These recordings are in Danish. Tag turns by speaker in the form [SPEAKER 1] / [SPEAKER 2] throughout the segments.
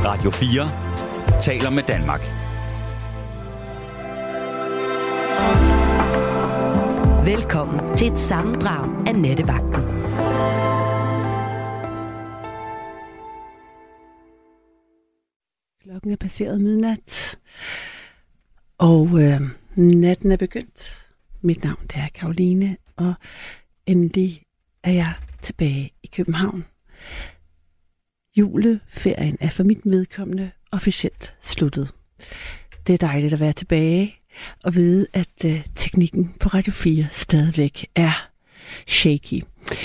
[SPEAKER 1] Radio 4 taler med Danmark.
[SPEAKER 2] Velkommen til et sammendrag af Nattevagten.
[SPEAKER 3] Klokken er passeret midnat, og natten er begyndt. Mit navn det er Karoline, og endelig er jeg tilbage i København. Juleferien er for mit vedkommende officielt sluttet. Det er dejligt at være tilbage og vide, at teknikken på Radio 4 stadigvæk er shaky.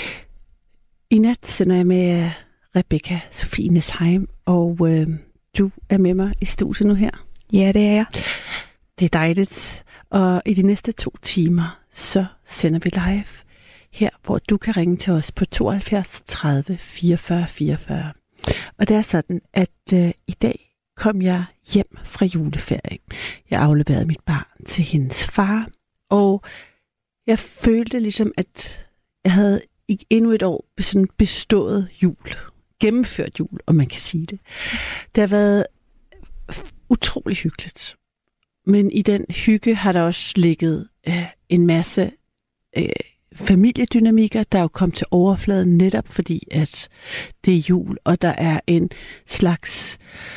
[SPEAKER 3] I nat sender jeg med Rebecca Sofie Nesheim, og du er med mig i studiet nu her.
[SPEAKER 4] Ja, det er jeg.
[SPEAKER 3] Det er dejligt. Og i de næste 2 timer, så sender vi live her, hvor du kan ringe til os på 72 30 44 44. Og det er sådan, at i dag kom jeg hjem fra juleferie. Jeg afleverede mit barn til hendes far, og jeg følte ligesom, at jeg havde endnu et år sådan bestået jul. Gennemført jul, om man kan sige det. Det har været utrolig hyggeligt. Men i den hygge har der også ligget en masse familiedynamikker, der er jo kommet til overfladen netop fordi, at det er jul, og der er en slags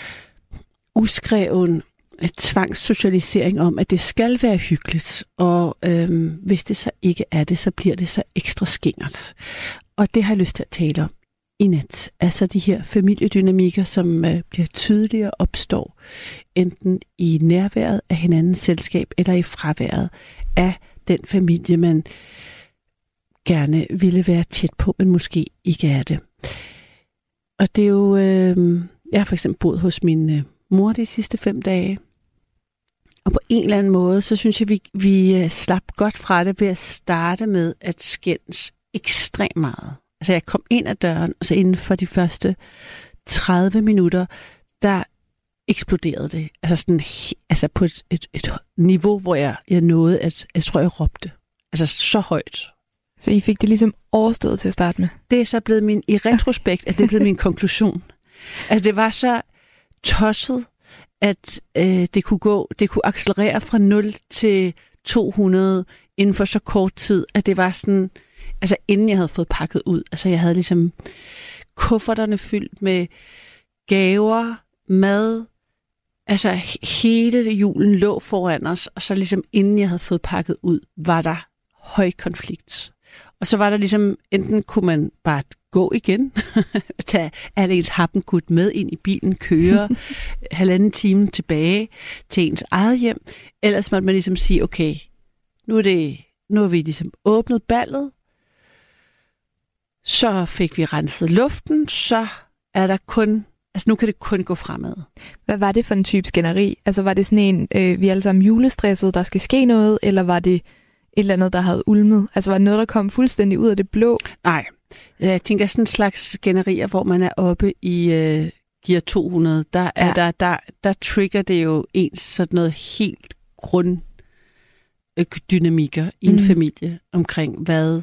[SPEAKER 3] uskreven tvangssocialisering om, at det skal være hyggeligt, og hvis det så ikke er det, så bliver det så ekstra skingert. Og det har jeg lyst til at tale om i nat. Altså de her familiedynamikker, som bliver tydeligere opstår, enten i nærværet af hinandens selskab, eller i fraværet af den familie, man gerne ville være tæt på, men måske ikke er det. Og det er jo... jeg har for eksempel boet hos min mor de sidste 5 dage, og på en eller anden måde, så synes jeg, vi slap godt fra det ved at starte med at skændes ekstremt meget. Altså jeg kom ind ad døren, og så inden for de første 30 minutter, der eksploderede det. Altså, sådan, på et niveau, hvor jeg nåede, at jeg tror, jeg råbte. Altså så højt.
[SPEAKER 4] Så I fik det ligesom overstået til at starte med?
[SPEAKER 3] Det er så blevet i retrospekt, at det er blevet min konklusion. Altså det var så tosset, at det kunne accelerere fra 0 til 200 inden for så kort tid, at det var sådan, altså inden jeg havde fået pakket ud. Altså jeg havde ligesom kufferterne fyldt med gaver, mad, altså hele julen lå foran os, og så ligesom inden jeg havde fået pakket ud, var der høj konflikt. Og så var der ligesom, enten kunne man bare gå igen, tage alle ens happenkut med ind i bilen, køre 1,5 time tilbage til ens eget hjem. Ellers måtte man ligesom sige, okay, nu har vi ligesom åbnet ballet, så fik vi renset luften, så er der kun, altså nu kan det kun gå fremad.
[SPEAKER 4] Hvad var det for en type skænderi? Altså var det sådan en, vi alle sammen julestresset, der skal ske noget, eller var det et eller andet, der havde ulmet? Altså var det noget, der kom fuldstændig ud af det blå? Nej,
[SPEAKER 3] jeg tænker sådan en slags skænderier, hvor man er oppe i gear 200. Der trigger det jo ens sådan noget helt grunddynamikker i en familie omkring hvad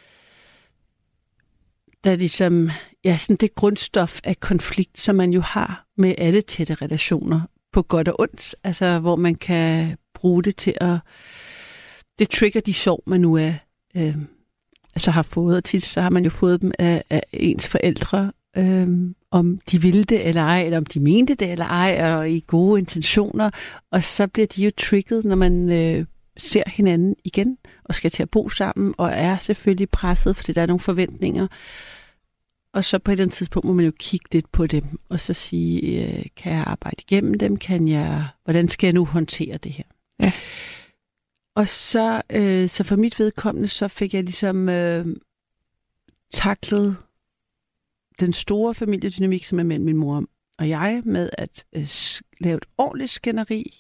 [SPEAKER 3] der ligesom, ja, sådan det grundstof af konflikt, som man jo har med alle tætte relationer på godt og ondt, altså hvor man kan bruge det til at, det trigger de sår, man nu er, altså har fået, og tit så har man jo fået dem af ens forældre, om de ville det eller ej, eller om de mente det eller ej, og i gode intentioner, og så bliver de jo trigget, når man ser hinanden igen, og skal til at bo sammen, og er selvfølgelig presset, fordi der er nogle forventninger. Og så på et eller andet tidspunkt må man jo kigge lidt på dem, og så sige, kan jeg arbejde igennem dem? Hvordan skal jeg nu håndtere det her? Ja. Og så for mit vedkommende, så fik jeg ligesom taklet den store familiedynamik, som er mellem min mor og jeg, med at lave et ordentligt skænderi,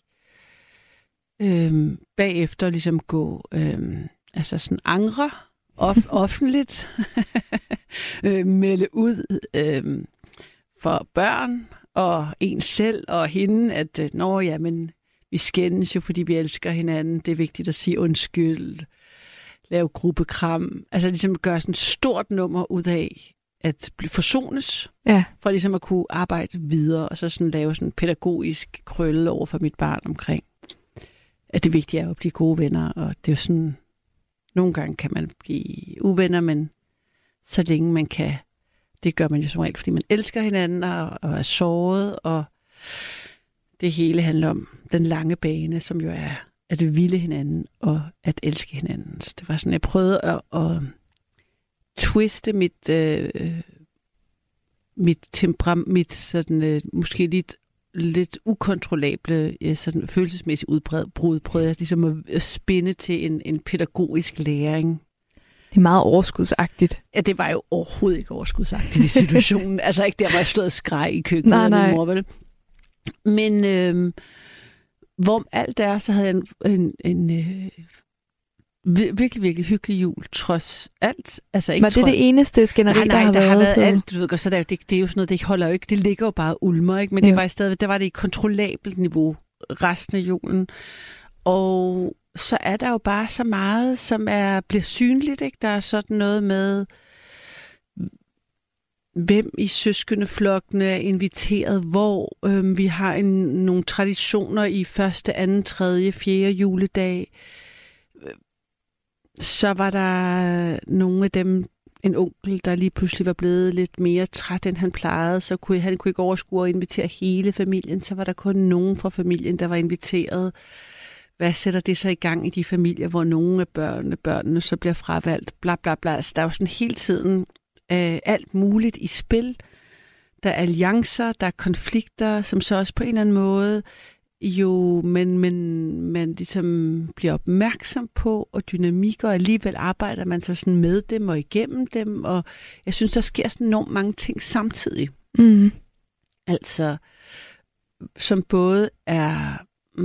[SPEAKER 3] bagefter ligesom gå, altså sådan angre offentligt, melde ud for børn og en selv og hende, at men vi skændes jo, fordi vi elsker hinanden. Det er vigtigt at sige undskyld, lave gruppekram, altså ligesom gøre sådan et stort nummer ud af, forsones,
[SPEAKER 4] Ja.
[SPEAKER 3] for ligesom at kunne arbejde videre, og så sådan lave sådan en pædagogisk krølle over for mit barn omkring, at det vigtige er at blive gode venner, og det er jo sådan, nogle gange kan man blive uvenner, men så længe man kan, det gør man jo som regel, fordi man elsker hinanden og er såret, og det hele handler om den lange bane, som jo er at ville hinanden og at elske hinanden. Så det var sådan, jeg prøvede at twiste mit temperament, mit sådan, måske lidt ukontrollable sådan følelsesmæssigt udbrud, prøvede jeg ligesom at spinde til en pædagogisk læring.
[SPEAKER 4] Det er meget overskudsagtigt.
[SPEAKER 3] Ja, det var jo overhovedet ikke overskudsagtigt i situationen. Altså ikke der, hvor jeg stod og skreg i køkkenet af min mor, vel? Men hvor alt er, så havde jeg en virkelig, virkelig hyggelig jul, trods alt. Altså, ikke
[SPEAKER 4] var det det eneste skænderi, der har været? Nej,
[SPEAKER 3] der har været alt. Du ved godt, så det er jo sådan noget, det holder jo ikke. Det ligger jo bare ulmer, ikke? Men det var stadig, der var det i kontrollabelt niveau resten af julen. Og så er der jo bare så meget, som bliver synligt, ikke? Der er sådan noget med, hvem i søskendeflokkene er inviteret, hvor vi har nogle traditioner i 1., 2., 3., 4. juledag. Så var der nogle af dem, en onkel, der lige pludselig var blevet lidt mere træt, end han plejede, så han kunne ikke overskue at invitere hele familien. Så var der kun nogen fra familien, der var inviteret. Hvad sætter det så i gang i de familier, hvor nogle af børnene så bliver fravalgt? Bla bla bla. Altså, der er jo sådan hele tiden alt muligt i spil. Der er alliancer, der er konflikter, som så også på en eller anden måde men man ligesom bliver opmærksom på, og dynamikker, og alligevel arbejder man så sådan med dem og igennem dem, og jeg synes, der sker sådan enormt mange ting samtidig.
[SPEAKER 4] Mm.
[SPEAKER 3] Altså, som både er,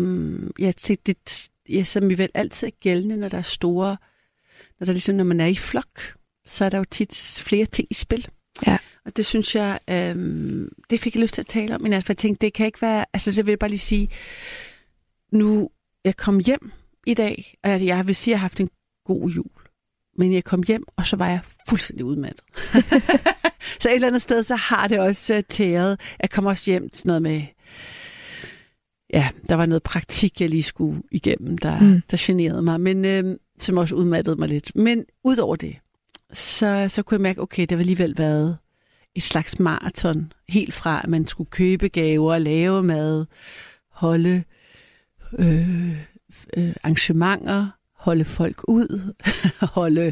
[SPEAKER 3] som vi vel altid er gældende, når der er store, når man er i flok, så er der jo tit flere ting i spil.
[SPEAKER 4] Ja. Og
[SPEAKER 3] det synes jeg, det fik jeg lyst til at tale om, men jeg tænkte, det kan ikke være, altså så vil jeg bare lige sige, nu jeg kom hjem i dag, og jeg vil sige, at jeg har haft en god jul, men jeg kom hjem, og så var jeg fuldstændig udmattet. Så et eller andet sted, så har det også tæret. Jeg kom også hjem til noget med, ja, der var noget praktik, jeg lige skulle igennem, der generede mig, men som også udmattede mig lidt. Men udover det, så kunne jeg mærke, okay, det har alligevel været et slags maraton, helt fra, at man skulle købe gaver, lave mad, holde arrangementer, holde folk ud, holde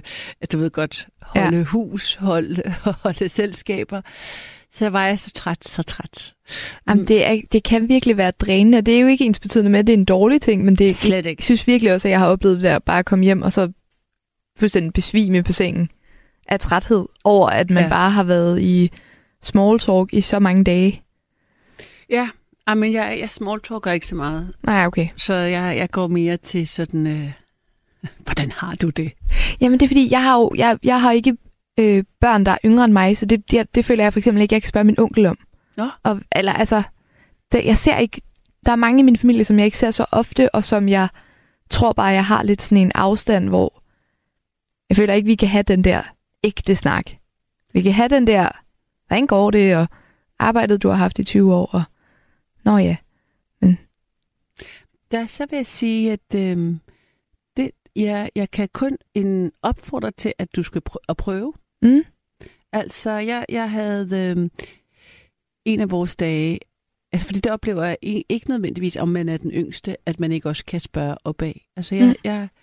[SPEAKER 3] hus, holde selskaber. Så var jeg så træt.
[SPEAKER 4] Jamen, det kan virkelig være drænende, og det er jo ikke ensbetydende med, at det er en dårlig ting, men det er
[SPEAKER 3] slet ikke.
[SPEAKER 4] Jeg synes virkelig også, at jeg har oplevet det der, bare at komme hjem og så fuldstændig besvime på sengen af træthed over, at man bare har været i small talk i så mange dage. Ja,
[SPEAKER 3] men jeg small talker ikke så meget.
[SPEAKER 4] Nej, okay.
[SPEAKER 3] Så jeg går mere til sådan, hvordan har du det?
[SPEAKER 4] Jamen det er fordi, jeg har ikke børn, der er yngre end mig, så det føler jeg for eksempel ikke, jeg kan spørge min onkel om.
[SPEAKER 3] Nå?
[SPEAKER 4] Jeg ser ikke, der er mange i min familie, som jeg ikke ser så ofte, og som jeg tror bare, jeg har lidt sådan en afstand, hvor jeg føler ikke, vi kan have den der ægte snak. Vi kan have den der, hvordan går det, og arbejdet, du har haft i 20 år, og nå ja. Men
[SPEAKER 3] så vil jeg sige, at jeg kan kun opfordre til, at du skal prøve.
[SPEAKER 4] Mm.
[SPEAKER 3] Altså, jeg havde en af vores dage, altså fordi det oplever jeg ikke nødvendigvis, om man er den yngste, at man ikke også kan spørge opad. Altså,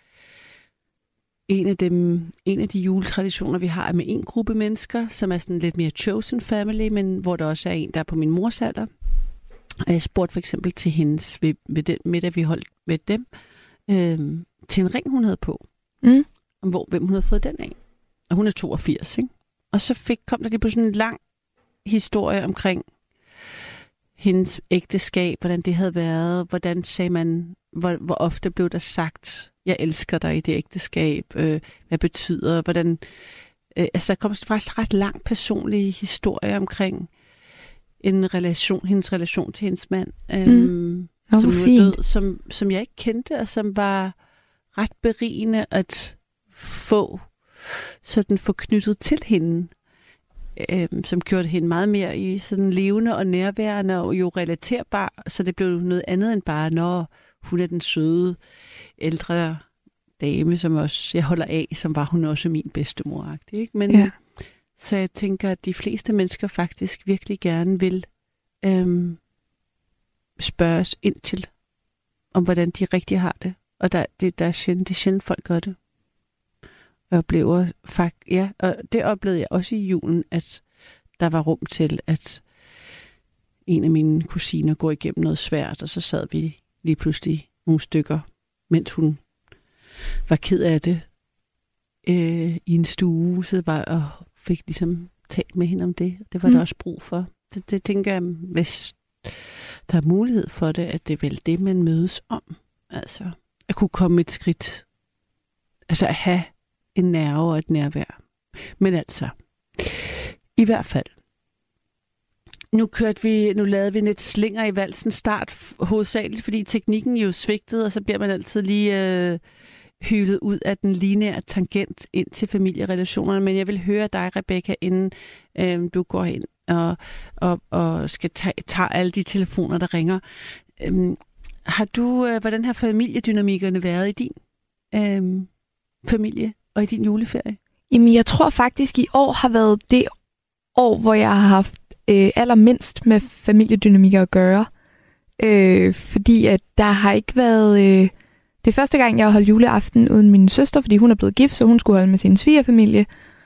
[SPEAKER 3] en af de juletraditioner, vi har, er med en gruppe mennesker, som er sådan lidt mere chosen family, men hvor der også er en, der er på min mors alder. Og jeg spurgte for eksempel til hendes, ved den middag, vi holdt med dem, til en ring, hun havde på.
[SPEAKER 4] Mm.
[SPEAKER 3] Om hvem hun havde fået den af. Og hun er 82, ikke? Og så kom der lige på sådan en lang historie omkring hendes ægteskab, hvordan det havde været, hvordan sagde man, hvor ofte blev der sagt, jeg elsker dig i det ægteskab, hvad betyder, hvordan, der kom faktisk ret lang personlig historie omkring hendes relation til hendes mand, som nu er død, som jeg ikke kendte, og som var ret berigende at få knyttet til hende. som gjorde hende meget mere i sådan levende og nærværende og jo relaterbar, så det blev noget andet end bare, når hun er den søde, ældre dame, som også jeg holder af, som var hun også min bedstemor. Ikke? Men, så jeg tænker, at de fleste mennesker faktisk virkelig gerne vil spørges ind til, om hvordan de rigtig har det. Og det er sjældent, folk gør det. Og det oplevede jeg også i julen, at der var rum til, at en af mine kusiner går igennem noget svært, og så sad vi lige pludselig nogle stykker, mens hun var ked af det i en stue, så var og fik ligesom talt med hende om det. Det var der også brug for. Det tænker jeg, hvis der er mulighed for det, at det er vel det, man mødes om. Altså, at kunne komme et skridt. Altså at have en nerve og et nærvær. Men altså, i hvert fald. Nu lavede vi net slinger i valsen start hovedsageligt, fordi teknikken jo svigtede, og så bliver man altid lige hyldet ud af den lineære tangent ind til familierelationerne. Men jeg vil høre dig, Rebecca, inden du går ind og skal tage alle de telefoner, der ringer. Har du, hvordan har familiedynamikkerne været i din familie og i din juleferie?
[SPEAKER 4] Jamen, jeg tror faktisk, i år har været det år, hvor jeg har haft allermindst med familiedynamikker at gøre. Fordi at der har ikke været... det er første gang, jeg har holdt juleaften uden min søster, fordi hun er blevet gift, så hun skulle holde med sin svigerfamilie.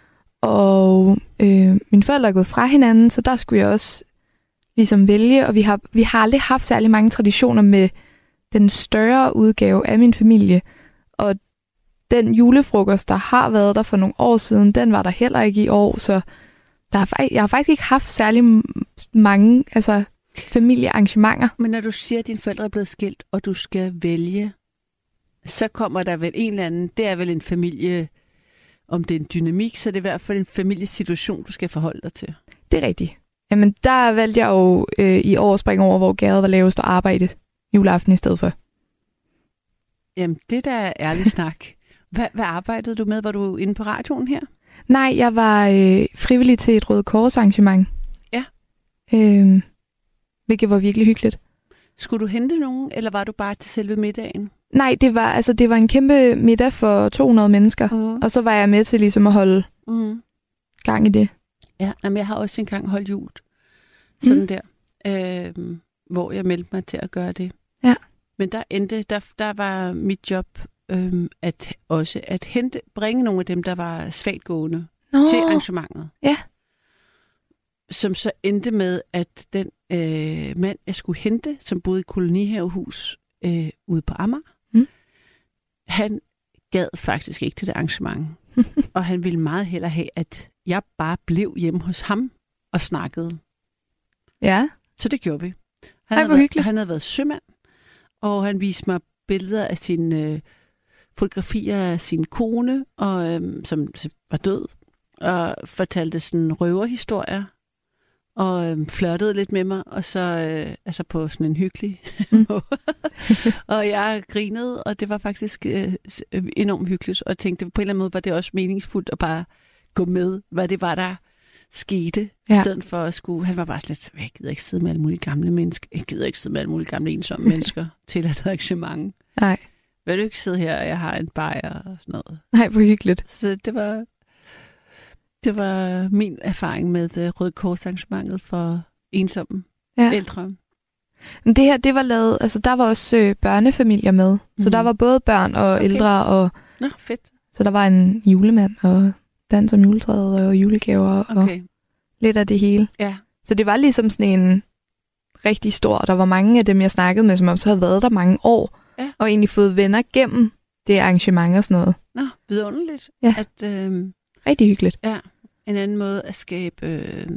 [SPEAKER 4] Og mine forældre er gået fra hinanden, så der skulle jeg også ligesom vælge. Og vi har aldrig haft særlig mange traditioner med den større udgave af min familie. Og den julefrokost, der har været der for nogle år siden, den var der heller ikke i år. Så jeg har faktisk ikke haft særlig mange familiearrangementer.
[SPEAKER 3] Men når du siger, at dine forældre er blevet skilt, og du skal vælge, så kommer der vel en eller anden, det er vel en familie, om det er en dynamik, så det er i hvert fald en familiesituation, du skal forholde dig til.
[SPEAKER 4] Det er rigtigt. Jamen, der valgte jeg jo i år at springe over, hvor gæret var lavest og arbejde juleaften i stedet for.
[SPEAKER 3] Jamen, det der er ærlig snak. Hvad arbejdede du med? Var du inde på radioen her?
[SPEAKER 4] Nej, jeg var frivillig til et Røde Kors arrangement. Ja. Hvilket var virkelig hyggeligt.
[SPEAKER 3] Skulle du hente nogen, eller var du bare til selve middagen?
[SPEAKER 4] Nej, det var en kæmpe middag for 200 mennesker, og så var jeg med til ligesom at holde gang i det.
[SPEAKER 3] Ja, men jeg har også engang holdt jul. Sådan der. Hvor jeg meldte mig til at gøre det.
[SPEAKER 4] Ja.
[SPEAKER 3] Men der var mit job at bringe nogle af dem, der var svagtgående til arrangementet.
[SPEAKER 4] Ja.
[SPEAKER 3] Som så endte med, at den mand, jeg skulle hente, som boede i kolonihavehus ude på Amager, han gad faktisk ikke til det arrangement. Og han ville meget hellere have, at jeg bare blev hjemme hos ham og snakkede.
[SPEAKER 4] Ja.
[SPEAKER 3] Så det gjorde vi.
[SPEAKER 4] Han
[SPEAKER 3] havde været sømand, og han viste mig billeder af sine fotografier af sin kone, og som var død, og fortalte sådan røverhistorier, og flirtede lidt med mig, og så på sådan en hyggelig måde. Og jeg grinede, og det var faktisk enormt hyggeligt, og jeg tænkte, på en eller anden måde var det også meningsfuldt at bare gå med, hvad det var, der skete, i stedet for at skulle... Han var bare slet, jeg gider ikke sidde med alle mulige gamle mennesker, jeg gider ikke sidde med alle mulige gamle ensomme mennesker til et arrangement.
[SPEAKER 4] Nej.
[SPEAKER 3] Vil du ikke sidde her, og jeg har en bajer og sådan noget?
[SPEAKER 4] Nej, hvor hyggeligt.
[SPEAKER 3] Så det var min erfaring med Røde Kors arrangementet for ensomme ældre.
[SPEAKER 4] Men det her, det var lavet, altså der var også børnefamilier med. Så der var både børn og ældre. Og,
[SPEAKER 3] nå, fedt.
[SPEAKER 4] Så der var en julemand og dans om juletræet og julegaver og lidt af det hele.
[SPEAKER 3] Ja.
[SPEAKER 4] Så det var ligesom sådan en rigtig stor, der var mange af dem, jeg snakkede med, som også havde været der mange år, og egentlig fået venner gennem det arrangement og sådan noget.
[SPEAKER 3] Nå, vidunderligt.
[SPEAKER 4] Ja. Rigtig hyggeligt.
[SPEAKER 3] Ja, en anden måde at skabe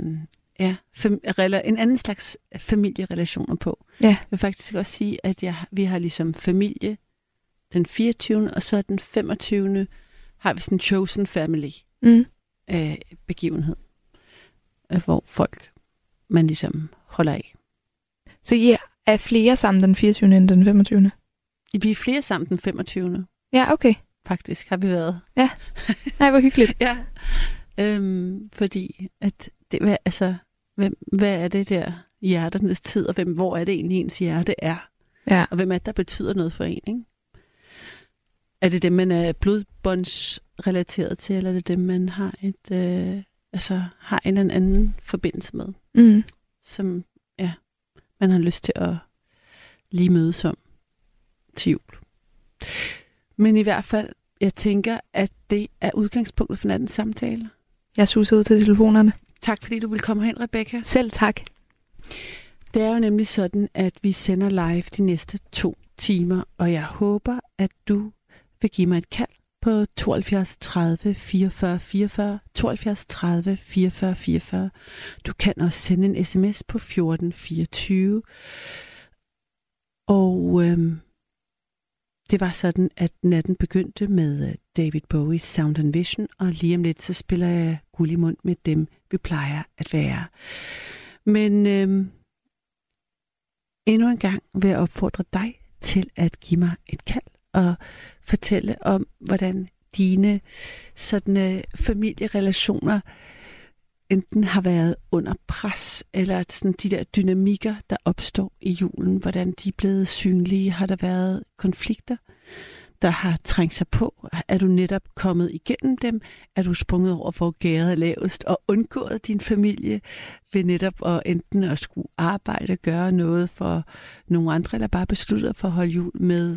[SPEAKER 3] en anden slags familierelationer på.
[SPEAKER 4] Ja.
[SPEAKER 3] Jeg vil faktisk også sige, at vi har ligesom familie den 24. og så den 25. har vi sådan en chosen family begivenhed, hvor folk man ligesom holder af.
[SPEAKER 4] Så I er flere sammen den 24. end den 25.
[SPEAKER 3] Vi er flere sammen den 25.
[SPEAKER 4] Ja, okay.
[SPEAKER 3] Faktisk har vi været.
[SPEAKER 4] Ja, nej, hvor hyggeligt.
[SPEAKER 3] Ja, fordi at hvad er det der hjerternes tid, og hvor er det egentlig ens hjerte er?
[SPEAKER 4] Ja.
[SPEAKER 3] Og hvem er det, der betyder noget for en, ikke? Er det dem, man er blodbåndsrelateret til, eller er det dem, man har har en eller anden forbindelse med, som man har lyst til at lige mødes om til jul? Men i hvert fald, jeg tænker, at det er udgangspunktet for nattens samtale.
[SPEAKER 4] Jeg suser ud til telefonerne.
[SPEAKER 3] Tak fordi du vil komme hen, Rebecca.
[SPEAKER 4] Selv tak.
[SPEAKER 3] Det er jo nemlig sådan, at vi sender live de næste 2 timer, og jeg håber, at du vil give mig et kald på 72 30 44 44, 72 30 44 44. Du kan også sende en sms på 1424. Og det var sådan, at natten begyndte med David Bowie's Sound and Vision, og lige om lidt, så spiller jeg guld i mund med dem, vi plejer at være. Men endnu en gang vil jeg opfordre dig til at give mig et kald og fortælle om, hvordan dine sådan familierelationer enten har været under pres, eller sådan de der dynamikker, der opstår i julen, hvordan de er blevet synlige. Har der været konflikter, der har trængt sig på? Er du netop kommet igennem dem? Er du sprunget over, hvor gæret er lavest, og undgået din familie ved netop at enten at skulle arbejde, gøre noget for nogle andre, eller bare beslutte for at holde jul med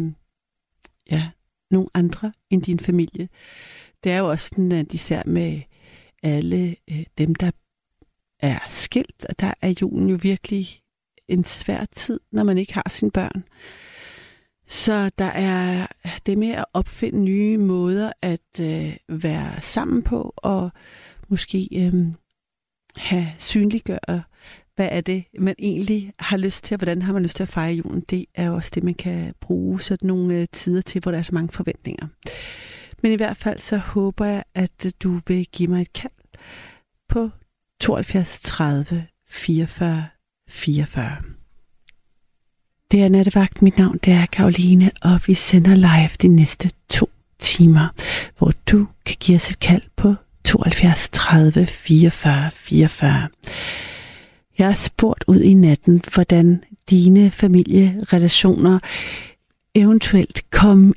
[SPEAKER 3] nogle andre end din familie? Det er jo også sådan, at især med alle dem, der er skilt, og der er julen jo virkelig en svær tid, når man ikke har sine børn. Så der er det med at opfinde nye måder at være sammen på, og måske have synliggøre, hvad er det, man egentlig har lyst til, og hvordan har man lyst til at fejre julen. Det er jo også det, man kan bruge sådan nogle tider til, hvor der er så mange forventninger. Men i hvert fald så håber jeg, at du vil give mig et kald på 72 30 44 44. Det er Nattevagt. Mit navn det er Karoline, og vi sender live de næste 2 timer, hvor du kan give os et kald på 72 30 44 44. Jeg har spurgt ud i natten, hvordan dine familierelationer eventuelt kom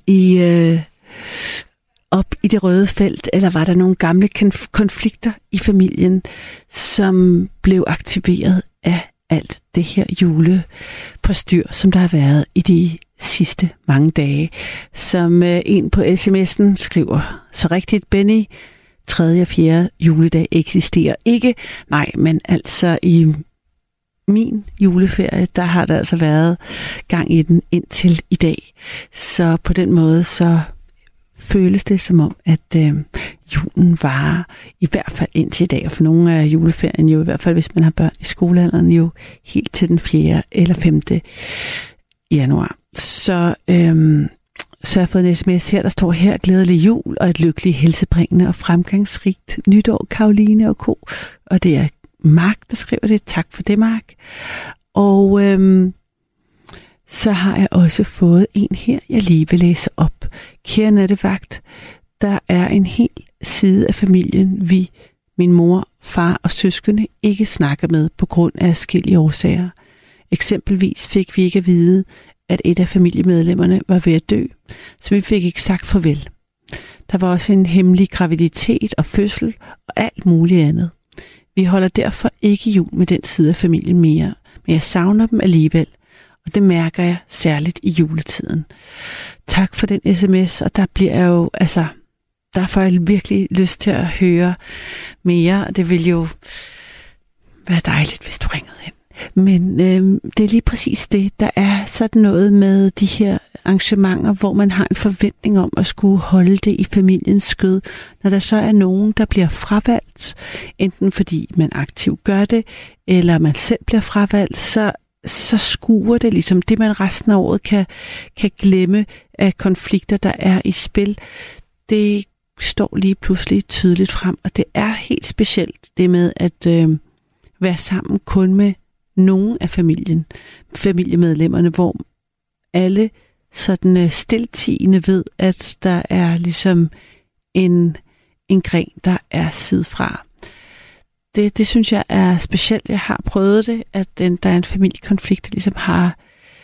[SPEAKER 3] op i det røde felt, eller var der nogle gamle konflikter i familien, som blev aktiveret af alt det her julepostyr, som der har været i de sidste mange dage. Som en på sms'en skriver, så rigtigt, Benny, 3. og 4. juledag eksisterer ikke. Nej, men altså i min juleferie, der har der altså været gang i den indtil i dag. Så på den måde, så føles det som om, at julen varer i hvert fald indtil i dag. Og for nogle af juleferien jo i hvert fald, hvis man har børn i skolealderen, jo helt til den 4. eller 5. januar. Så jeg har fået en sms her, der står her, glædelig jul og et lykkeligt, helsebringende og fremgangsrigt nytår, Karoline og ko. Og det er Mark, der skriver det. Tak for det, Mark. Og så har jeg også fået en her, jeg lige vil læse op. Kære Nattevagt, der er en hel side af familien, min mor, far og søskende ikke snakker med på grund af forskellige årsager. Eksempelvis fik vi ikke at vide, at et af familiemedlemmerne var ved at dø, så vi fik ikke sagt farvel. Der var også en hemmelig graviditet og fødsel og alt muligt andet. Vi holder derfor ikke jul med den side af familien mere, men jeg savner dem alligevel, og det mærker jeg særligt i juletiden. Tak for den sms, og der bliver jeg jo, der får jeg virkelig lyst til at høre mere, og det vil jo være dejligt, hvis du ringede hen. Men det er lige præcis det. Der er sådan noget med de her arrangementer, hvor man har en forventning om at skulle holde det i familiens skød. Når der så er nogen, der bliver fravalgt, enten fordi man aktivt gør det, eller man selv bliver fravalgt, så skuer det ligesom det, man resten af året kan glemme af konflikter, der er i spil. Det står lige pludselig tydeligt frem, og det er helt specielt det med at være sammen kun med nogen af familiemedlemmerne, hvor alle sådan stiltigende ved, at der er ligesom en gren, der er sidefra. det synes jeg er specielt. Jeg har prøvet det, at der er en familiekonflikt, der ligesom har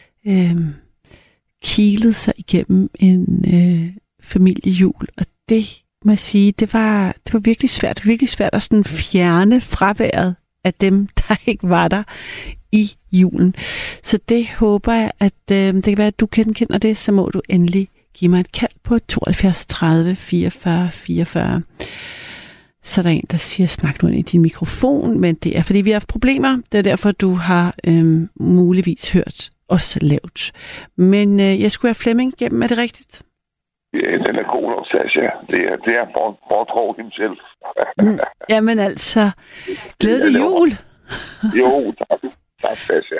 [SPEAKER 3] kilet sig igennem en familiejul. Og det må jeg sige, det var virkelig svært. Det var virkelig svært at sådan fjerne fraværet af dem, der ikke var der i julen. Så det håber jeg, at det kan være, at du kender det, så må du endelig give mig et kald på 72 30 44 44. Så er der en, der siger, snak nu ind i din mikrofon, men det er, fordi vi har haft problemer. Det er derfor, du har muligvis hørt os lavt. Men jeg skulle have Flemming igennem. Er det rigtigt?
[SPEAKER 5] Ja, den er god nok, Sasha. Det er Bortro himself.
[SPEAKER 3] Jamen altså, glædelig jul.
[SPEAKER 5] Jo, tak. Tak, Sasha.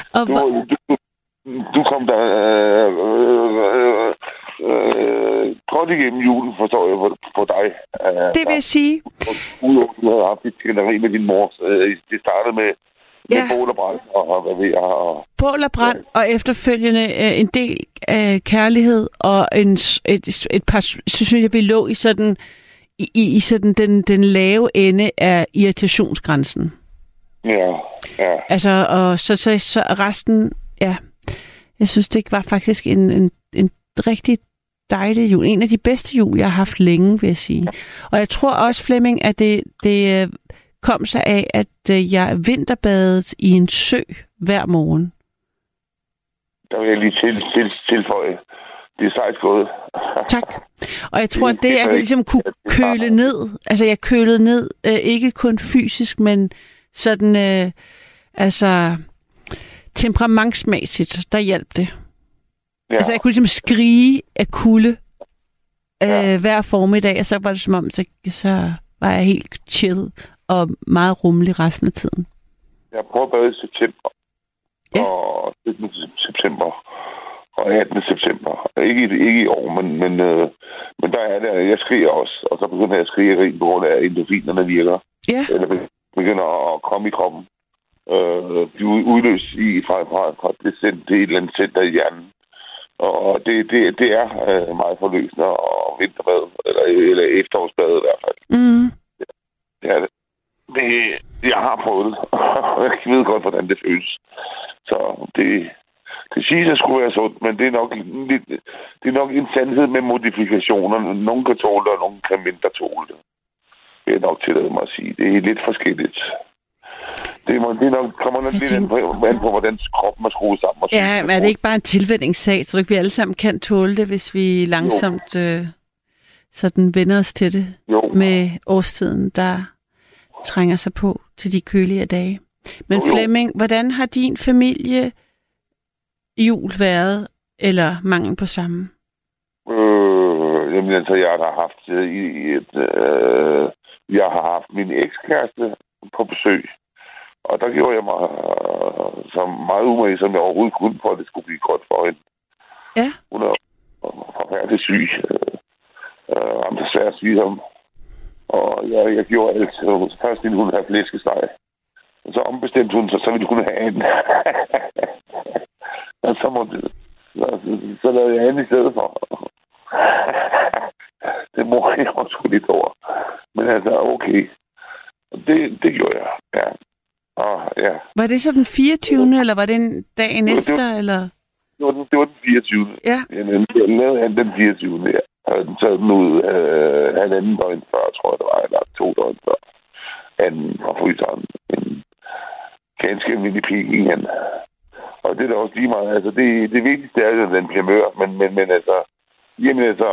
[SPEAKER 5] Du kom der godt igennem julen, forstår jeg, på dig.
[SPEAKER 3] Det vil jeg sige.
[SPEAKER 5] Udover du havde haft et skænderi med din mor. Det startede med bål og brand, og hvad ved jeg.
[SPEAKER 3] Bål og brand, og efterfølgende en del kærlighed, og et par, synes jeg, vi lå i sådan, i sådan den lave ende af irritationsgrænsen.
[SPEAKER 5] Ja.
[SPEAKER 3] Altså, og så resten, ja. Jeg synes, det var faktisk en rigtig dejlig jul. En af de bedste jul, jeg har haft længe, vil jeg sige. Og jeg tror også, Flemming, at det kom sig af, at jeg vinterbadet i en sø hver morgen.
[SPEAKER 5] Der vil jeg lige tilføje. Det er sejt gået. Tak.
[SPEAKER 3] Og jeg tror, at det, at jeg ligesom kunne køle ned, altså jeg kølede ned, ikke kun fysisk, men sådan, altså temperamentsmæssigt, der hjalp det. Ja. Altså jeg kunne ligesom skrige af kulde hver formiddag, og så var det som om, så var jeg helt chill og meget rummelig resten af tiden.
[SPEAKER 5] Jeg prøver at bade i september, og 17. september, og 18. september. Ikke i år, men der er det, jeg skriger også, og så begynder jeg at skrige på grund af, at endorfinerne virker. Ja. Eller begynder at komme i kroppen. De udløst fra det et eller andet center i hjernen. Og det er meget forløsende og vinterbad, eller efterårsbad i hvert fald. Mm. Det er det. Jeg har prøvet det. Jeg ved godt, hvordan det føles. Så det siges, at skulle være sundt, men det er nok en sandhed med modifikationer. Nogle kan tåle det, og nogle kan mindre tåle det. Det er nok tilladt mig at sige. Det er lidt forskelligt. Det kommer nok lidt an på, hvordan kroppen er skruet sammen.
[SPEAKER 3] Ja, men er det ikke bare en tilvændingssag, så vi alle sammen kan tåle det, hvis vi langsomt sådan vender os til det med årstiden, der trænger sig på til de kølige dage. Men Flemming, hvordan har din familie jul været, eller mangel på samme?
[SPEAKER 5] Jamen altså, jeg har haft min ekskæreste på besøg. Og der gjorde jeg mig så meget umage, som jeg overhovedet kunne, for at det skulle blive godt for hende. Ja. Hun er forfærdelig syg. Ramt af svær sygdom. Og jeg gjorde alt. Først ville hun have flæskesteg. Og så ombestemte hun sig, så ville hun have en. Og så lavede jeg en i stedet for. Det må jeg også lidt over. Men altså, okay. Det gjorde jeg, ja. Ja.
[SPEAKER 3] Var det så den 24. eller var det en dagen efter? Eller?
[SPEAKER 5] Det var den 24. Ja. Jeg lavede den 24. Jeg havde den taget den ud halvanden døgn før, tror jeg det var, eller 2 døgn før. Anden fra fryseren. En ganske almindelig pik igen. Og det er da også lige meget. Altså, det vigtigste er, at den bliver mør. Men altså, jamen altså,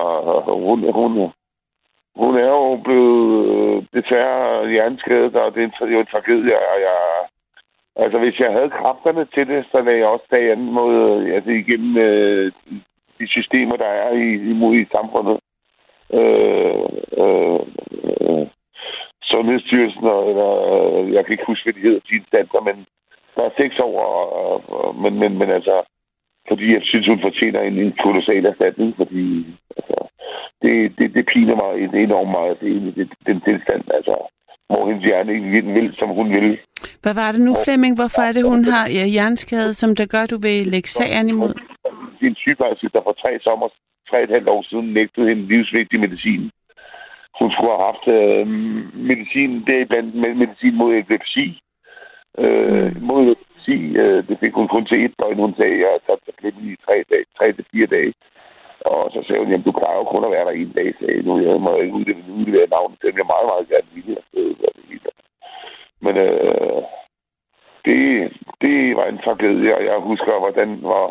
[SPEAKER 5] hun er jo blevet desværre hjerneskadet, og det er jo en tragedie. Altså, hvis jeg havde kræfterne til det, så lagde jeg også dag anden måde, altså igennem de systemer, der er i samfundet. Sundhedsstyrelsen, eller jeg kan ikke huske, hvad de hedder, de instanser, men der er 6 år, men altså, fordi jeg synes, hun fortjener en kolossal erstatning, fordi altså, det piner mig enormt meget, den tilstand, altså, hvor hendes hjerne ikke vil, som hun vil.
[SPEAKER 3] Hvad var det nu, Flemming? Hvorfor er det, hun har hjerneskade, som der gør, du vil lægge sagen imod?
[SPEAKER 5] Det er en sygeplejerske, der for 3,5 år siden nægtede hende livsvigtig medicin. Hun skulle have haft medicin, deriblandt medicin mod epilepsi. Mod epilepsi, det fik hun kun til 1 døgn. Hun sagde, at jeg har taget tabletten i 3 til 4 dage. Og så sagde hun, jamen du plejer jo kun at være der 1 dag, sagde nu. Jeg må ikke udlevere navnet til, jeg meget, meget gerne ville. Men det var en tragedie, og jeg husker, hvordan var...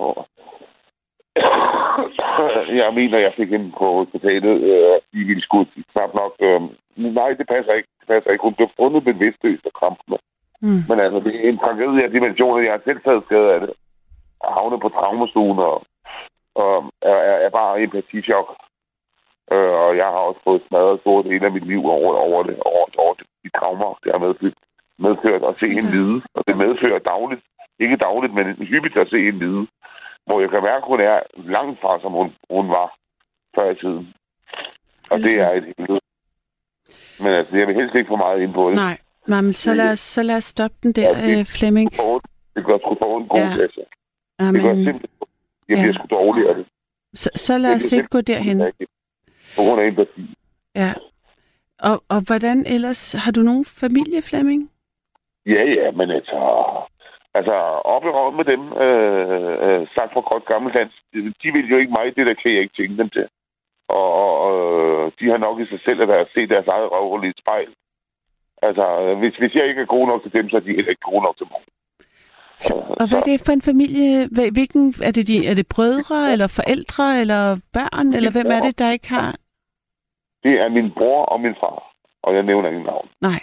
[SPEAKER 5] jeg mener, jeg fik hende på hospitalet, i ville skudt knap nok... nej, det passer ikke. Hun blev fundet bevidstløs og krampende. Men altså, det er en tragedie af dimensioner. Jeg har selv taget skade af det. Jeg havnet på traumastuen og er bare empatichok. Og jeg har også fået smadret stort del af mit liv over de traumer, det har medført at se hende lide. Og det medfører dagligt, ikke dagligt, men hyppigt at se hende lide. Hvor jeg kan mærke, at hun er langt fra, som hun var før i tiden. Og det er et helvede. Men altså, jeg vil helst ikke få meget ind på det.
[SPEAKER 3] Nej, men så lad os stoppe den der, Flemming.
[SPEAKER 5] Det gør sgu for en god klasse. Det gør simpelthen. Jeg bliver sgu dårlig af det.
[SPEAKER 3] Så lad os ikke gå derhen.
[SPEAKER 5] På grund af empati.
[SPEAKER 3] Ja. Og hvordan ellers? Har du nogen familie, Flemming? Ja,
[SPEAKER 5] men altså op i røven med dem, sagt for godt gammeldansk, de vil jo ikke mig, det der kan jeg ikke tænke dem til. Og de har nok i sig selv at se deres eget røvhul i et spejl. Altså, hvis jeg ikke er god nok til dem, så er de heller ikke gode nok til mig.
[SPEAKER 3] Og hvad er det for en familie? Hvilken, er det brødre, eller forældre, eller børn, eller hvem er det, der ikke har?
[SPEAKER 5] Det er min bror og min far, og jeg nævner ingen navn.
[SPEAKER 3] Nej.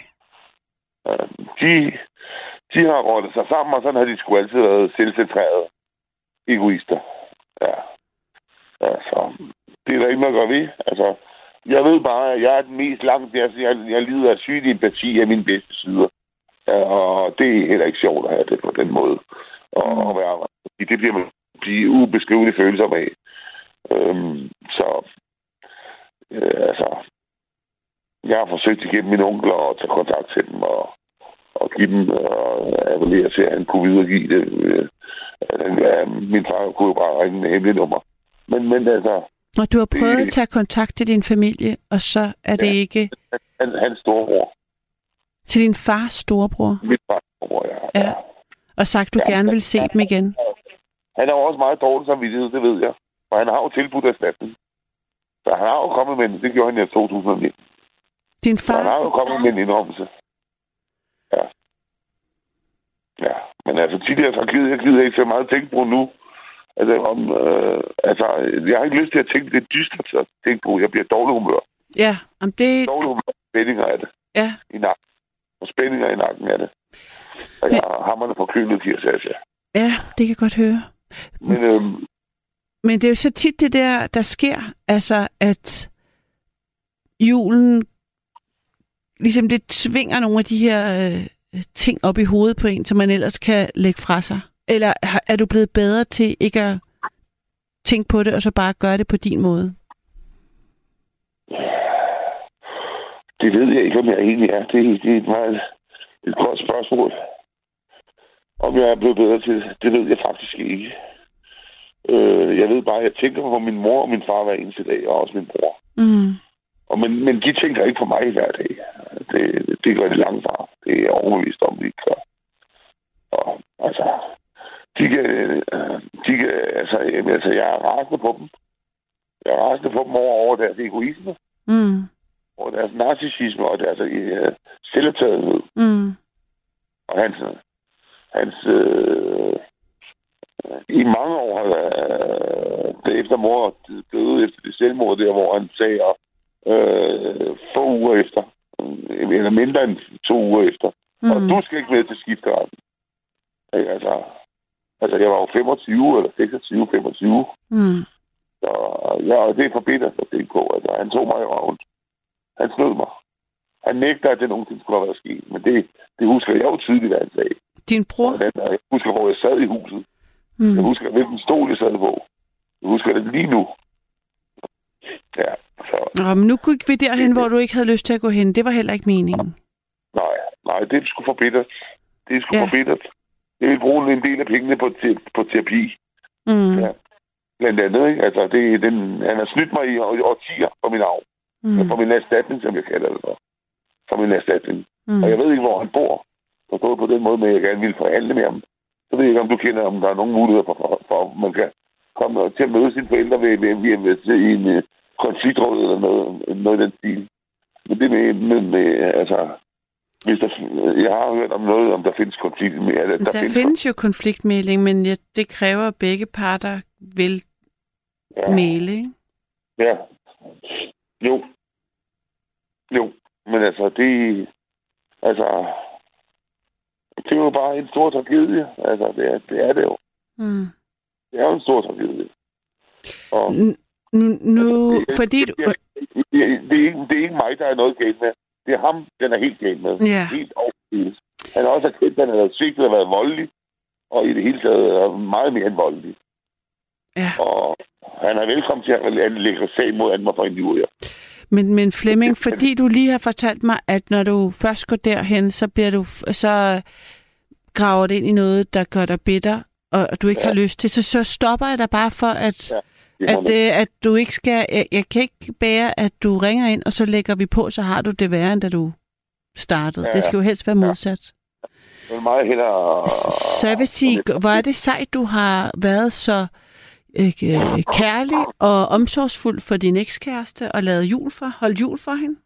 [SPEAKER 5] De har rådet sig sammen, og sådan har de sgu altid været selvcentrerede egoister. Ja. Altså, det er der ikke noget at gøre ved. Altså, jeg ved bare, at jeg er den mest langt. Jeg lider af sygelig empati af mine bedste sider. Og det er heller ikke sjovt at have det på den måde. Og være, det bliver man ubeskrivelige følelser af. Altså, jeg har forsøgt igennem mine onkler at tage kontakt til dem og give dem og appellere til, at han kunne videregive det. Min far kunne jo bare ringe med hemmelige nummer. Men altså...
[SPEAKER 3] Og du har prøvet at tage kontakt til din familie, og så er det ikke...
[SPEAKER 5] Hans storebror.
[SPEAKER 3] Til din fars storebror?
[SPEAKER 5] Min fars storebror, ja.
[SPEAKER 3] Og sagt, du gerne vil se dem igen?
[SPEAKER 5] Han er jo også meget dårlig samvittighed, det ved jeg. Og han har jo tilbudt erstatning. Så han har jo kommet med det gjorde han i 2009.
[SPEAKER 3] Din far?
[SPEAKER 5] Så han har jo kommet med en indrømmelse. Ja, men altså, de der tragedier, jeg gider ikke så meget tænke på nu. Altså, jeg har ikke lyst til at tænke det dystert at tænke på. Jeg bliver dårlig humør.
[SPEAKER 3] Ja, om det...
[SPEAKER 5] Dårlig humør, spændinger af det.
[SPEAKER 3] Ja.
[SPEAKER 5] I nakken. Og spændinger i nakken af det. Og jeg har hammerne på kølet, siger.
[SPEAKER 3] Ja, det kan jeg godt høre. Men det er jo så tit det der sker, altså at julen ligesom det tvinger nogle af de her ting op i hovedet på en, som man ellers kan lægge fra sig. Eller er du blevet bedre til ikke at tænke på det, og så bare gøre det på din måde?
[SPEAKER 5] Det ved jeg ikke, om jeg egentlig er. Det er et meget et godt spørgsmål. Om jeg er blevet bedre til det ved jeg faktisk ikke. Jeg ved bare, at jeg tænker på min mor og min far hver eneste dag, og også min bror. Men de tænker ikke på mig hver dag. Det gør det langt fra. Det er jeg overbevist om, de ikke gør. Og altså, jeg er rasende på dem. Jeg er rasende på dem over deres egoisme. Over deres narcissisme og deres selvoptagethed. Og hans i mange år efter mor døde efter det selvmord der, hvor han sagde få uger efter, eller mindre end 2 uger efter, og du skal ikke med til skifteretten. Altså, jeg var jo 25 eller 26-25. Og det er forbittert at tænke på. Altså, han tog mig i røven. Han snød mig. Han nægter, at det nogensinde skulle have været sket. Men det husker jeg jo tydeligt, hvad han sagde.
[SPEAKER 3] Din bror?
[SPEAKER 5] Jeg husker, hvor jeg sad i huset. Jeg husker, hvilken stol jeg sad på. Jeg husker det lige nu. Ja, så...
[SPEAKER 3] Men nu gik vi derhen, hvor du ikke havde lyst til at gå hen. Det var heller ikke meningen.
[SPEAKER 5] Nej, det er sgu forbittert. Det er sgu forbittert. Jeg vil bruge en del af pengene på terapi. Ja. Blandt andet, ikke? Altså, han har snydt mig i årtier for min arv. For min erstatning, som jeg kalder det for min erstatning. Og jeg ved ikke, hvor han bor. Forstået på den måde, men jeg gerne vil forhandle med ham. Så ved jeg ikke, om du kender, om der er nogen muligheder for at man kan komme til at møde sine forældre ved en konfliktråd eller noget i den stil. Men det med altså... Jeg har hørt om noget, om der findes konfliktmægling.
[SPEAKER 3] Der findes jo konfliktmægling, men det kræver, at begge parter vil mægle, ikke?
[SPEAKER 5] Ja. Jo. Men altså, det er jo bare en stor tragedie. Altså, det er det jo. Det er jo en stor tragedie. Og
[SPEAKER 3] fordi du...
[SPEAKER 5] Det er ikke mig, der er noget galt med. Det er ham, den er helt galt med.
[SPEAKER 3] Ja.
[SPEAKER 5] Helt overgivet. Han har også erkendt, at han har svigtet og været voldelig. Og i det hele taget er meget mere end voldelig.
[SPEAKER 3] Ja.
[SPEAKER 5] Og han er velkommen til at anlægge sag mod Anma for en jury.
[SPEAKER 3] Men Flemming, fordi du lige har fortalt mig, at når du først går derhen, så graver det ind i noget, der gør dig bitter, og du ikke har lyst til, så stopper jeg dig bare for, at du ikke skal... Jeg kan ikke bære, at du ringer ind, og så lægger vi på, så har du det værre, end da du startede. Ja. Det skal jo helst være modsat.
[SPEAKER 5] Det er meget hellere...
[SPEAKER 3] Så jeg vil sige, hvor er det sejt, du har været så kærlig og omsorgsfuld for din ekskæreste, og holdt jul for hende?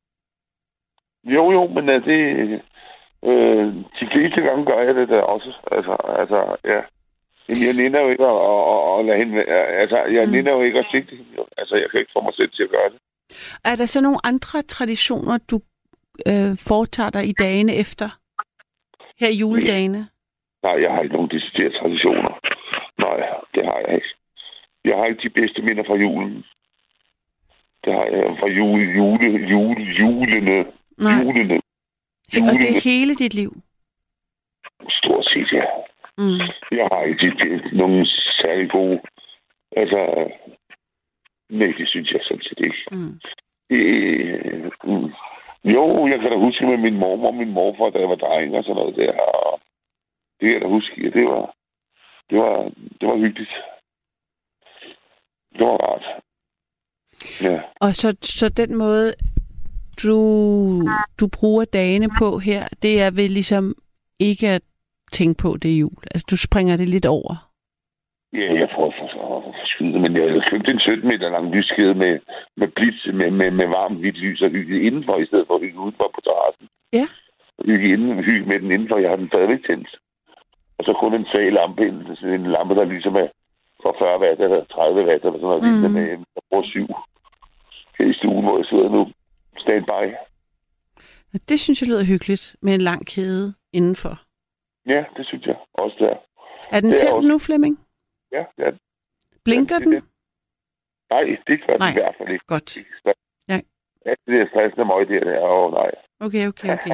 [SPEAKER 5] Jo, men det... de fleste gange gør jeg det der også. Altså, ja. Jeg nænder jo ikke at lade hende... Altså, jeg nænder jo ikke at sigte hende. Altså, jeg kan ikke få mig selv til at gøre det.
[SPEAKER 3] Er der så nogle andre traditioner, du foretager dig i dagene efter? Her i juledagene?
[SPEAKER 5] Nej, jeg har ikke nogen deciderede traditioner. Nej, det har jeg ikke. Jeg har ikke de bedste minder fra julen. Det har jeg fra julene.
[SPEAKER 3] Nej. Julene. Og det er hele dit liv?
[SPEAKER 5] Stort set, ja. Jeg har ikke nogen særlig gode... Altså... Nej, det synes jeg sådan set ikke. Jo, jeg kan da huske med min mormor og min morfar, da jeg var dreng og sådan noget der. Og det kan jeg da huske. Ja, det var hyggeligt. Det var rart. Ja.
[SPEAKER 3] Og så den måde, du bruger dagene på her, det er vel ligesom ikke at tænke på det jul. Altså, du springer det lidt over.
[SPEAKER 5] Ja, jeg prøver at forskyde, men jeg har købt en 17 meter lang lyskæde med blitz, med varmt hvidt lys og hygge indenfor, i stedet for at hygge udenfor på terrassen.
[SPEAKER 3] Ja.
[SPEAKER 5] Hygge med den indenfor, jeg har den stadigvæk tændt. Og så kun en sag lampe, en lampe, der ligesom er for 40 watt eller 30 watt eller sådan noget, med jeg bruger 7 her i stuen, hvor jeg sidder nu. Standby.
[SPEAKER 3] Det synes jeg lyder hyggeligt, med en lang kæde indenfor.
[SPEAKER 5] Ja, det synes jeg også der.
[SPEAKER 3] Er den tændt nu, Flemming?
[SPEAKER 5] Ja, det er den.
[SPEAKER 3] Blinker den?
[SPEAKER 5] Nej, det gør den i hvert fald ikke.
[SPEAKER 3] Godt.
[SPEAKER 5] Ja. Ja, det er stressende møg, det der. Nej.
[SPEAKER 3] Okay.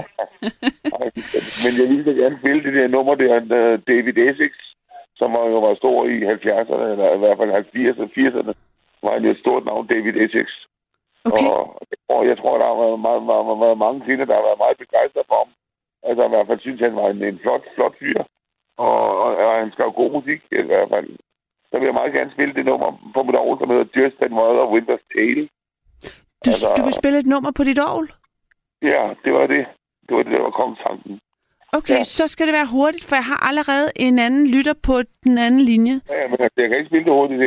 [SPEAKER 5] Men jeg ville gerne spille det der nummer der, David Essex, som var stor i 70'erne, eller i hvert fald 80'erne. Var han jo et stort navn, David Essex.
[SPEAKER 3] Okay.
[SPEAKER 5] Og jeg tror, der har været mange kvinder, der har været meget begejstret for ham. Altså i hvert fald synes han var en flot fyr. Og han skrev god musik i hvert fald. Så vil jeg meget gerne spille det nummer på mit orgel, som hedder Just and Mother Winter's Tale.
[SPEAKER 3] Du vil spille et nummer på dit orgel?
[SPEAKER 5] Ja, det var det. Det var det, der var kongesangen. Okay,
[SPEAKER 3] ja. Så skal det være hurtigt, for jeg har allerede en anden lytter på den anden linje.
[SPEAKER 5] Ja, men jeg kan ikke spille det hurtigt.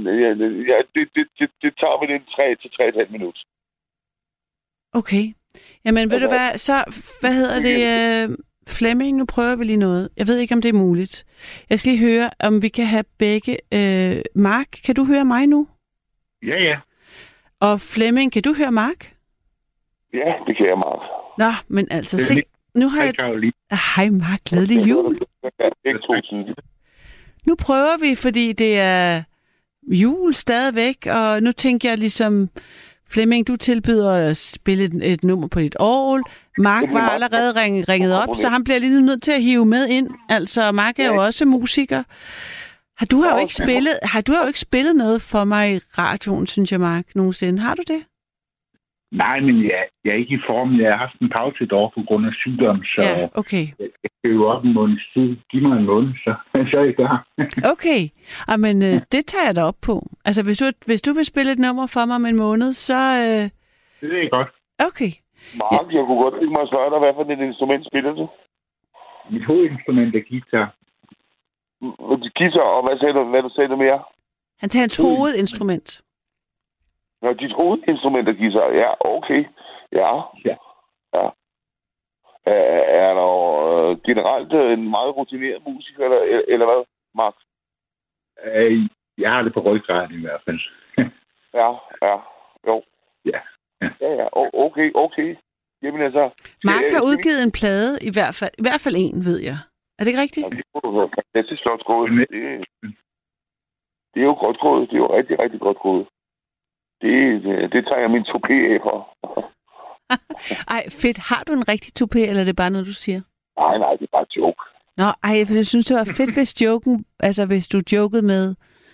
[SPEAKER 5] Det tager vi den 3 til 3,5 minutter.
[SPEAKER 3] Okay. Jamen, ved du hvad, så, hvad hedder det, Flemming, nu prøver vi lige noget. Jeg ved ikke, om det er muligt. Jeg skal lige høre, om vi kan have begge. Mark, kan du høre mig nu?
[SPEAKER 6] Ja.
[SPEAKER 3] Og Flemming, kan du høre Mark?
[SPEAKER 5] Ja, det kan jeg, Mark.
[SPEAKER 3] Nå, men altså, se, nu har jeg... Hej Mark, glædelig jul. Nu prøver vi, fordi det er jul stadigvæk, og nu tænker jeg ligesom... Flemming, du tilbyder at spille et nummer på dit orgel. Mark var allerede ringet op, så han bliver lige nødt til at hive med ind. Altså, Mark er jo også musiker. Du har jo ikke spillet noget for mig i radioen, synes jeg, Mark, nogensinde. Har du det?
[SPEAKER 6] Nej, men jeg er ikke i form. Jeg har haft en pause et år på grund af sygdom, så
[SPEAKER 3] ja, okay.
[SPEAKER 6] Jeg skal jo op en måneds tid. Giv mig en måned, så er jeg klar.
[SPEAKER 3] Okay, men det tager jeg da op på. Altså, hvis du vil spille et nummer for mig om en måned, så
[SPEAKER 6] Det er godt.
[SPEAKER 3] Okay.
[SPEAKER 5] Mark, jeg kunne godt tænke mig at spørge dig, hvad for et instrument spiller du?
[SPEAKER 6] Mit hovedinstrument er guitar.
[SPEAKER 5] Guitar, og hvad du sagde mere?
[SPEAKER 3] Han tager hans hovedinstrument.
[SPEAKER 5] Nå, dit hovedinstrument er guitar. Ja, okay. Ja. Er der generelt en meget rutineret musiker, eller hvad, Mark?
[SPEAKER 6] Jeg har det på ryggraden i hvert fald.
[SPEAKER 5] Ja. Jo.
[SPEAKER 6] Ja.
[SPEAKER 5] Okay. Jamen altså...
[SPEAKER 3] Mark har udgivet en plade, i hvert fald en, ved jeg. Er det ikke rigtigt?
[SPEAKER 5] Ja, det er flot gået. Det er jo godt gået. Det er jo rigtig, rigtig godt gået. Det tager jeg min toupé af for.
[SPEAKER 3] Ej, fedt. Har du en rigtig toupé, eller er det bare noget, du siger?
[SPEAKER 5] Nej, det er bare joke.
[SPEAKER 3] Nå, for jeg synes, det var fedt, hvis du jokede med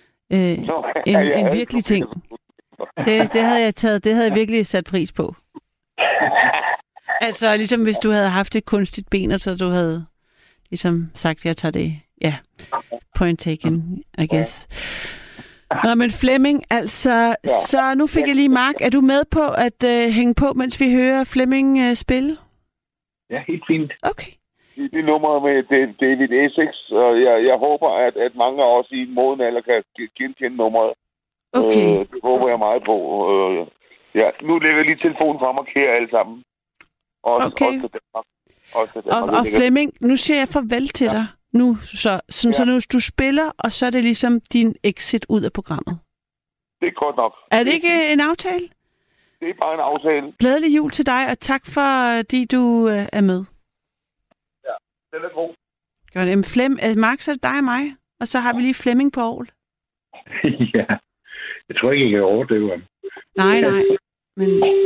[SPEAKER 3] en virkelig ting. Det havde jeg taget, det havde jeg virkelig sat pris på. Altså, ligesom hvis du havde haft et kunstigt ben, og så du havde ligesom sagt, jeg tager det. Ja, point taken, I guess. Nå, men Flemming, altså, så nu fik jeg lige Mark. Er du med på at hænge på, mens vi hører Flemming spille?
[SPEAKER 6] Ja, helt fint.
[SPEAKER 3] Okay.
[SPEAKER 5] Det nummer med David Essex, og jeg håber, at mange af os i en moden alder kan genkende nummeret.
[SPEAKER 3] Okay.
[SPEAKER 5] Det håber jeg meget på. Nu lægger jeg lige telefonen frem og kære alle sammen.
[SPEAKER 3] Okay. Og Flemming, nu siger jeg farvel til dig. Nu, så nu du spiller, og så er det ligesom din exit ud af programmet.
[SPEAKER 5] Det er godt nok.
[SPEAKER 3] Er det ikke en aftale?
[SPEAKER 5] Det er bare en aftale.
[SPEAKER 3] Glædelig jul til dig, og tak fordi du er med.
[SPEAKER 5] Ja, den er god.
[SPEAKER 3] Godt. Mark, så er det dig og mig, og så har vi lige Flemming på Aarhus.
[SPEAKER 6] Ja, jeg tror ikke, jeg kan overdøve ham.
[SPEAKER 3] Nej, men...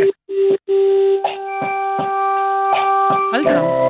[SPEAKER 3] Hold da op.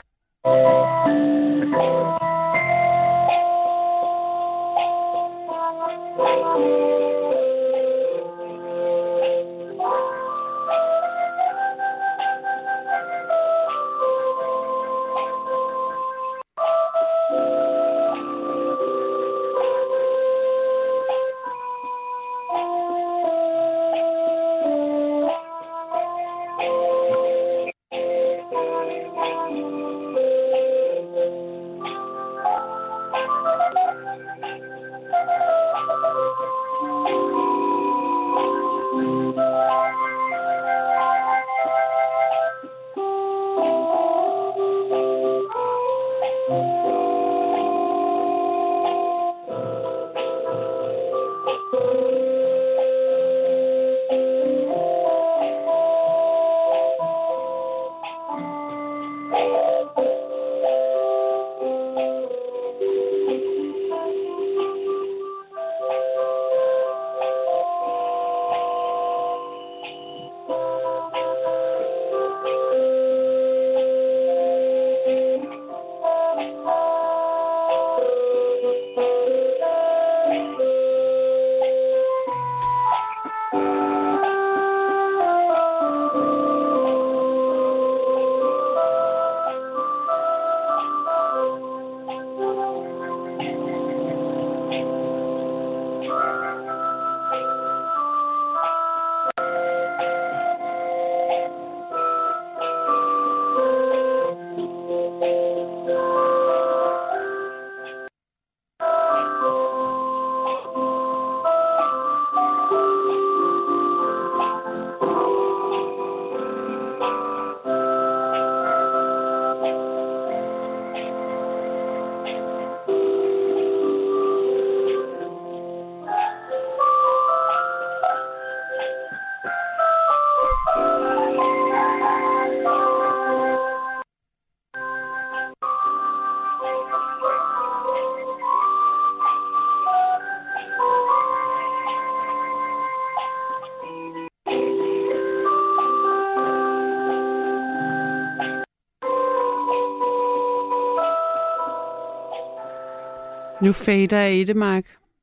[SPEAKER 3] Nu fader jeg i det, Mark.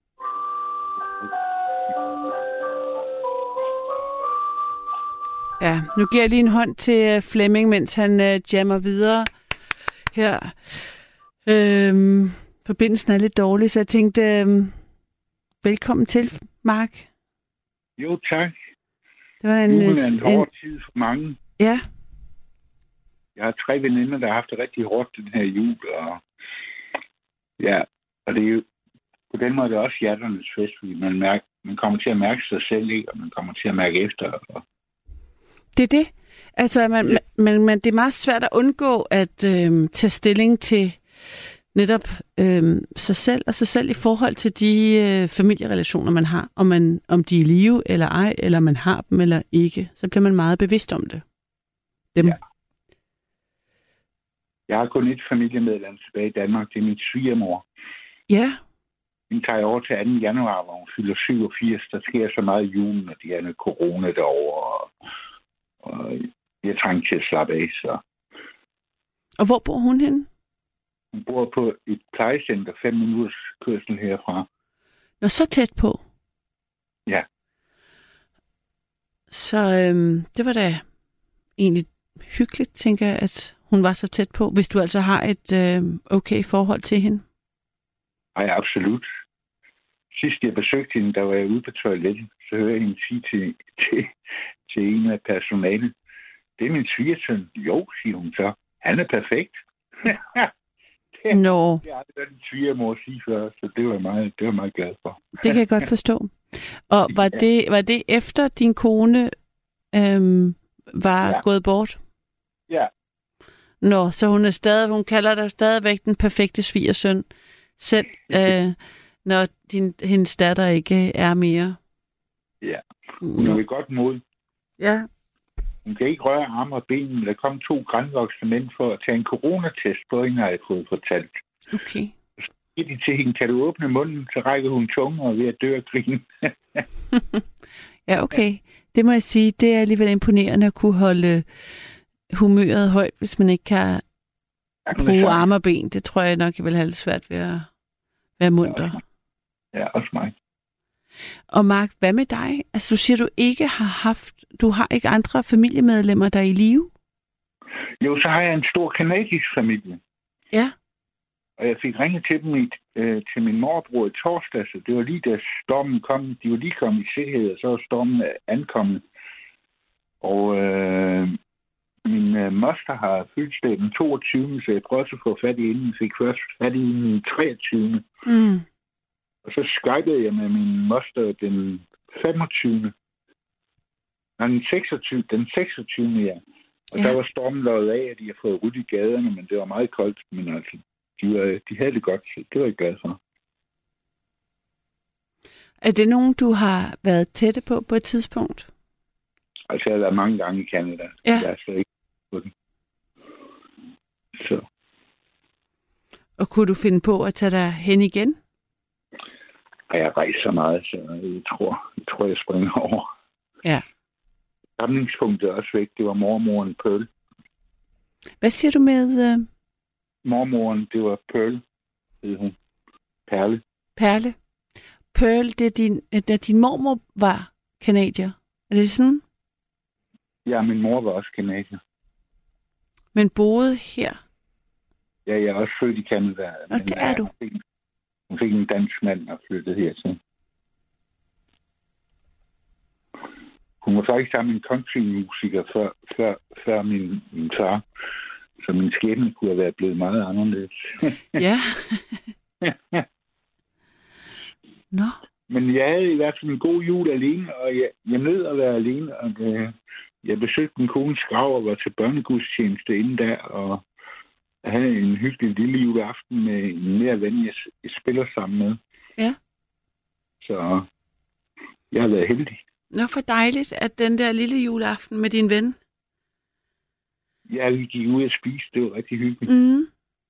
[SPEAKER 3] Ja, nu giver jeg lige en hånd til Flemming, mens han jammer videre her. Forbindelsen er lidt dårlig, så jeg tænkte, velkommen til, Mark.
[SPEAKER 6] Jo, tak.
[SPEAKER 3] Det var
[SPEAKER 6] Julen er en hård tid for mange.
[SPEAKER 3] Ja.
[SPEAKER 6] Jeg har 3 veninder, der har haft det rigtig hårdt den her jul, og og det er jo på den måde det er også hjerternes fest, fordi man kommer til at mærke sig selv, ikke? Og man kommer til at mærke efter. Og...
[SPEAKER 3] Det er det. Altså, det er meget svært at undgå at tage stilling til netop sig selv i forhold til de familierelationer, man har. Om de er i live eller ej, eller man har dem eller ikke. Så bliver man meget bevidst om det. Dem.
[SPEAKER 6] Ja. Jeg har kun et familiemedlem tilbage i Danmark. Det er min svigermor.
[SPEAKER 3] Ja.
[SPEAKER 6] Hun tager over til 2. januar, hvor hun fylder 87. Der sker så meget i julen, og de er med corona derovre. Og jeg trænger til at slappe af, så...
[SPEAKER 3] Og hvor bor hun henne?
[SPEAKER 6] Hun bor på et plejecenter, 5 minutters kørsel herfra.
[SPEAKER 3] Nå, så tæt på?
[SPEAKER 6] Ja.
[SPEAKER 3] Så det var da egentlig hyggeligt, tænker jeg, at hun var så tæt på, hvis du altså har et okay forhold til hende.
[SPEAKER 6] Ej, absolut. Sidst jeg besøgte hende, der var jeg ude på toilettet, så hører jeg hende sige til en af personalet, det er min svigersøn. Jo, siger hun så. Han er perfekt.
[SPEAKER 3] Nå.
[SPEAKER 6] Det har aldrig været en svigermor sige før, så det var jeg meget glad for.
[SPEAKER 3] Det kan jeg godt forstå. Og var det efter din kone var gået bort?
[SPEAKER 6] Ja.
[SPEAKER 3] Nå, så hun kalder dig stadigvæk den perfekte svigersøn, selv når hendes datter ikke er mere.
[SPEAKER 6] Ja, hun er ved godt mod.
[SPEAKER 3] Ja.
[SPEAKER 6] Hun kan ikke røre arme og ben. Der kom 2 grænvoksne mænd for at tage en coronatest på hende, har jeg fået fortalt.
[SPEAKER 3] Okay.
[SPEAKER 6] Så siger de til hende, kan du åbne munden, så rækker hun tungen og er ved at dø af grin.
[SPEAKER 3] Ja, okay. Det må jeg sige, det er alligevel imponerende at kunne holde humøret højt, hvis man ikke kan bruge arme og ben. Det tror jeg nok, jeg vil have lidt svært ved at være munter.
[SPEAKER 6] Ja, også mig.
[SPEAKER 3] Og Mark, hvad med dig? Altså, du siger, du har ikke andre familiemedlemmer, der er i live?
[SPEAKER 6] Jo, så har jeg en stor kanadisk familie.
[SPEAKER 3] Ja.
[SPEAKER 6] Og jeg fik ringet til dem til min morbror i torsdag, så det var lige da stormen kom. De var lige kommet i sikkerhed, og så var stormen ankommet. Og min moster har fødselsdag den 22. Så jeg prøvede at få fat i hende. Jeg fik først fat i den 23.
[SPEAKER 3] Mm.
[SPEAKER 6] Og så skypede jeg med min moster den 25. Nej, den 26. ja. Og der var stormen lavet af, at de har fået ryddet i gaderne, men det var meget koldt. Men altså, de havde det godt, så det var jeg glad for.
[SPEAKER 3] Er det nogen, du har været tætte på et tidspunkt?
[SPEAKER 6] Altså, jeg har været mange gange i Canada.
[SPEAKER 3] Ja.
[SPEAKER 6] Jeg er slet ikke på den. Så.
[SPEAKER 3] Og kunne du finde på at tage dig hen igen?
[SPEAKER 6] Og jeg rejser så meget, så jeg tror, jeg springer over.
[SPEAKER 3] Ja.
[SPEAKER 6] Samlingspunktet er også væk. Det var mormoren Pearl.
[SPEAKER 3] Hvad siger du med...
[SPEAKER 6] Mormoren, det var Pearl, hed hun. Perle.
[SPEAKER 3] Perle. Pearl, da din mormor var kanadier. Er det sådan?
[SPEAKER 6] Ja, min mor var også kanadier.
[SPEAKER 3] Men boede her?
[SPEAKER 6] Ja, jeg er også født i Canada.
[SPEAKER 3] Og det er du?
[SPEAKER 6] Hun fik en dansk mand og flyttede hertil. Hun var faktisk sammen med en countrymusiker før min far. Så min skæbne kunne have været blevet meget anderledes.
[SPEAKER 3] Ja. Nå.
[SPEAKER 6] Men jeg havde i hvert fald en god jul alene, og jeg nød at være alene. Og jeg besøgte min kones grav og var til børnegudstjeneste inden der, og jeg havde en hyggelig lille juleaften med en mere ven, jeg spiller sammen med.
[SPEAKER 3] Ja.
[SPEAKER 6] Så jeg har været heldig.
[SPEAKER 3] Nå, for dejligt, at den der lille juleaften med din ven.
[SPEAKER 6] Ja, vi gik ud og spise. Det var rigtig hyggeligt.
[SPEAKER 3] Mm.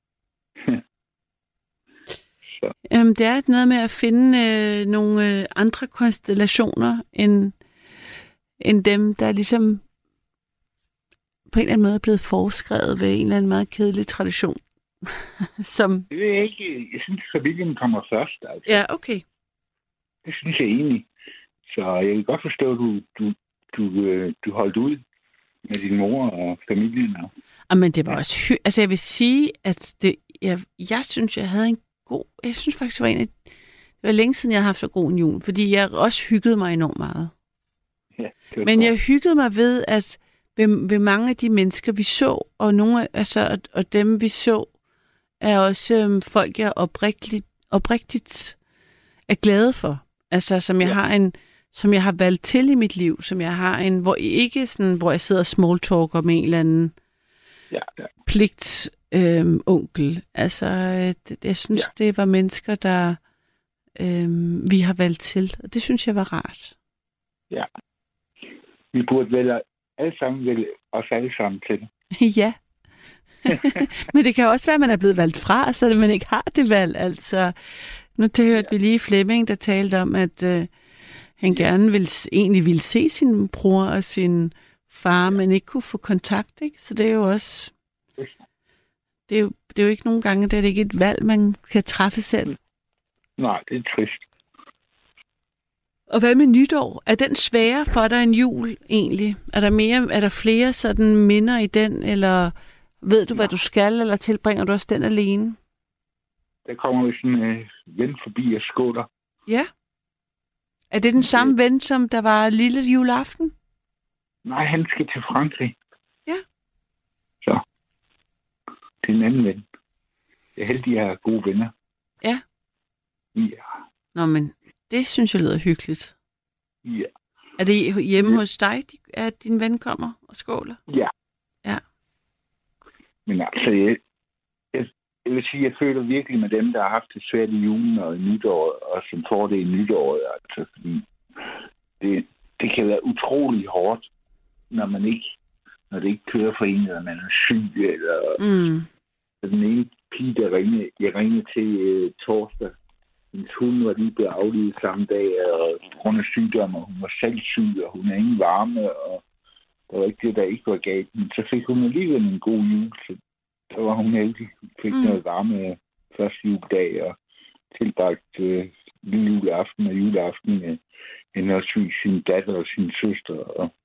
[SPEAKER 3] Det er noget med at finde nogle andre konstellationer end dem, der ligesom på en eller anden måde er blevet foreskrevet ved en eller anden meget kedelig tradition. Som...
[SPEAKER 6] Det ved jeg ikke. Jeg synes, familien kommer først. Altså.
[SPEAKER 3] Ja, okay.
[SPEAKER 6] Det synes jeg egentlig. Så jeg kan godt forstå, at du holdt ud med din mor og familien.
[SPEAKER 3] Men det var også altså jeg vil sige, at jeg synes, jeg havde en god... Jeg synes faktisk, det var længe siden, jeg havde haft så god en jul. Fordi jeg også hyggede mig enormt meget.
[SPEAKER 6] Ja,
[SPEAKER 3] Men jeg hyggede mig ved, at ved mange af de mennesker, vi så, og nogle og dem, vi så, er også folk, jeg oprigtigt er glade for. Altså, som jeg har valgt til i mit liv, som jeg har hvor jeg sidder og smalltalker med en eller anden pligt onkel. Altså, jeg synes, det var mennesker, der vi har valgt til, og det synes jeg var rart.
[SPEAKER 6] Ja. Vi burde vælge os alle sammen til.
[SPEAKER 3] Ja. Men det kan også være, at man er blevet valgt fra, så man ikke har det valg. Altså, nu hørte vi lige Flemming, der talte om, at han gerne ville se sin bror og sin far, men ikke kunne få kontakt, ikke? Så det er jo også... Det er jo ikke nogen gange, det er ikke et valg, man kan træffe selv.
[SPEAKER 6] Nej, det er trist.
[SPEAKER 3] Og hvad med nytår? Er den sværere for dig end jul, egentlig? Er der flere sådan minder i den, eller ved du, hvad du skal, eller tilbringer du også den alene?
[SPEAKER 6] Der kommer jo sådan en ven forbi og skåler.
[SPEAKER 3] Ja. Er det den samme ven, som der var lille juleaften?
[SPEAKER 6] Nej, han skal til Frankrig.
[SPEAKER 3] Ja.
[SPEAKER 6] Så. Det er en anden ven. Jeg er heldig, at jeg har gode venner.
[SPEAKER 3] Ja.
[SPEAKER 6] Ja.
[SPEAKER 3] Nå, men det synes jeg lyder hyggeligt.
[SPEAKER 6] Ja.
[SPEAKER 3] Er det hjemme hos dig, at din ven kommer og skåler?
[SPEAKER 6] Ja.
[SPEAKER 3] Ja.
[SPEAKER 6] Men altså, jeg vil sige, jeg føler virkelig med dem, der har haft det svært i julen og i nytåret, og som får det i nytåret. Altså, fordi det kan være utrolig hårdt, når det ikke kører for en, eller man er syg, eller den ene pige, jeg ringede til torsdag. Hendes hund var lige blevet aflivet samme dag, og på grund af sygdom, og hun var selv syg, og hun har ingen varme, og der var ikke det, der ikke var galt. Men så fik hun alligevel en god jul, så der var hun heldig. Hun fik noget varme første juledag, og tilbragt lille juleaften og juleaften med henholdsvis sin datter og sin søster.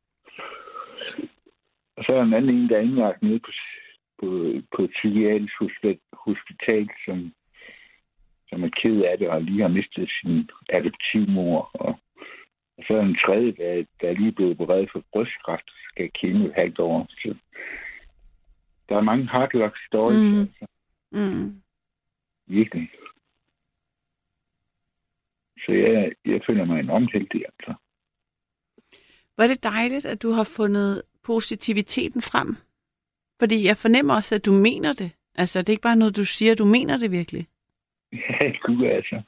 [SPEAKER 6] Og så er der en anden en, der er indlagt nede på et psykiatrisk hospital, som er ked af det, og lige har mistet sin adoptivmor. Og så er der en tredje, der er lige blevet opereret for brystkræft, skal kende et halvt år. Så der er mange hard luck stories. Altså. Virkelig. Så jeg føler mig en omheldig, altså.
[SPEAKER 3] Var det dejligt, at du har fundet positiviteten frem? Fordi jeg fornemmer også, at du mener det. Altså, det er ikke bare noget, du siger, du mener det virkelig.
[SPEAKER 6] Ja, gud altså.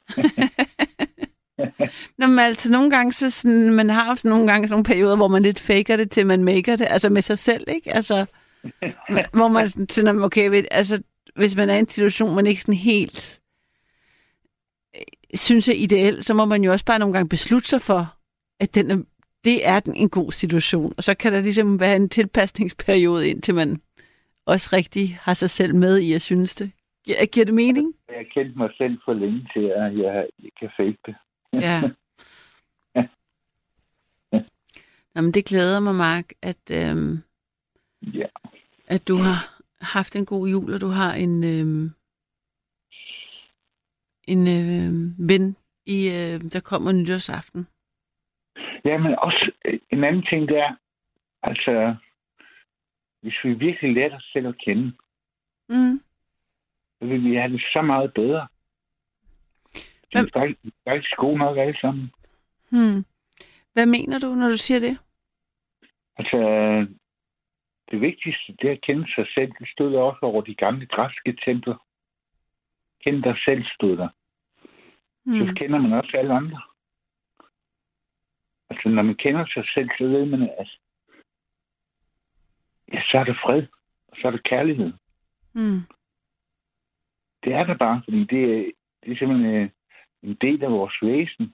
[SPEAKER 3] Nå, men altså nogle gange, så sådan, man har også nogle gange sådan nogle perioder, hvor man lidt faker det, til man maker det, altså med sig selv, ikke? Altså, hvor man sådan, okay, altså, hvis man er i en situation, man ikke sådan helt synes er ideel, så må man jo også bare nogle gange beslutte sig for, at det er en god situation. Og så kan der ligesom være en tilpasningsperiode, indtil man også rigtig har sig selv med i at synes det. Giver det mening?
[SPEAKER 6] Jeg har kendt mig selv for længe til, at jeg kan fake det.
[SPEAKER 3] Ja. Jamen, det glæder mig, Mark, at du har haft en god jul, og du har en ven, der kommer nytårsaften.
[SPEAKER 6] Ja, men også en anden ting der, altså, hvis vi virkelig lærer os selv at kende, så vil vi have det så meget bedre. Vi er ikke gode nok alle sammen.
[SPEAKER 3] Hvad mener du, når du siger det?
[SPEAKER 6] Altså, det vigtigste, det er at kende sig selv. Det stod også over de gamle græske templer. Kend dig selv, stod der. Så kender man også alle andre. Altså, når man kender sig selv, så ved man, at så er der fred, og så er der kærlighed. Det er der bare, fordi det er simpelthen en del af vores væsen.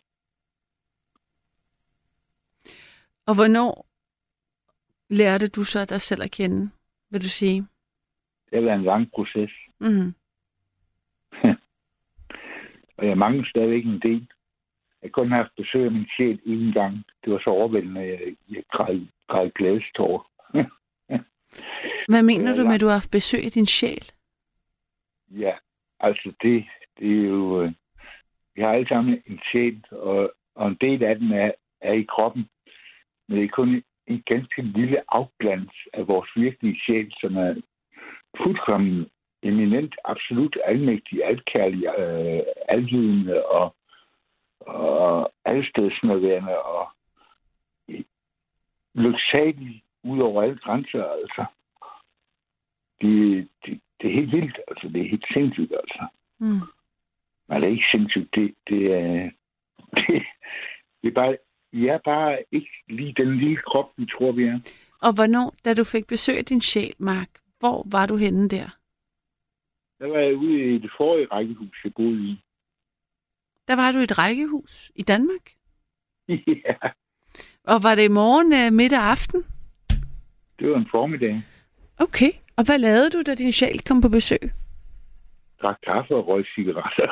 [SPEAKER 3] Og hvornår lærte du så dig selv at kende, vil du sige?
[SPEAKER 6] Det har været en lang proces. Og jeg mangler stadigvæk en del. Jeg kun har haft besøg af min sjæl en gang. Det var så overvældende, at jeg græd glædestår.
[SPEAKER 3] Hvad mener du med, at du har haft besøg af din sjæl?
[SPEAKER 6] Ja, altså det er jo... Vi har alle sammen en sjæl, og en del af den er i kroppen. Men det er kun en ganske lille afglans af vores virkelige sjæl, som er fuldkommen eminent, absolut almægtig, altkærlig, alvidende og allestedsnærværende og lyksalig ud over alle grænser, altså. Det er helt vildt, altså. Det er helt sindssygt, altså. Men det er ikke sindssygt. Det er bare... Vi er bare ikke lige den lille krop, vi tror, vi er.
[SPEAKER 3] Og hvornår, da du fik besøg af din sjæl, Mark, hvor var du henne der?
[SPEAKER 6] Der var jeg ude i det forrige rækkehus, jeg boede i.
[SPEAKER 3] Der var du i et rækkehus i Danmark?
[SPEAKER 6] Ja.
[SPEAKER 3] Og var det i morgen, middag aften?
[SPEAKER 6] Det var en formiddag.
[SPEAKER 3] Okay. Og hvad lavede du, da din sjæl kom på besøg?
[SPEAKER 6] Drak kaffe og røg cigaretter.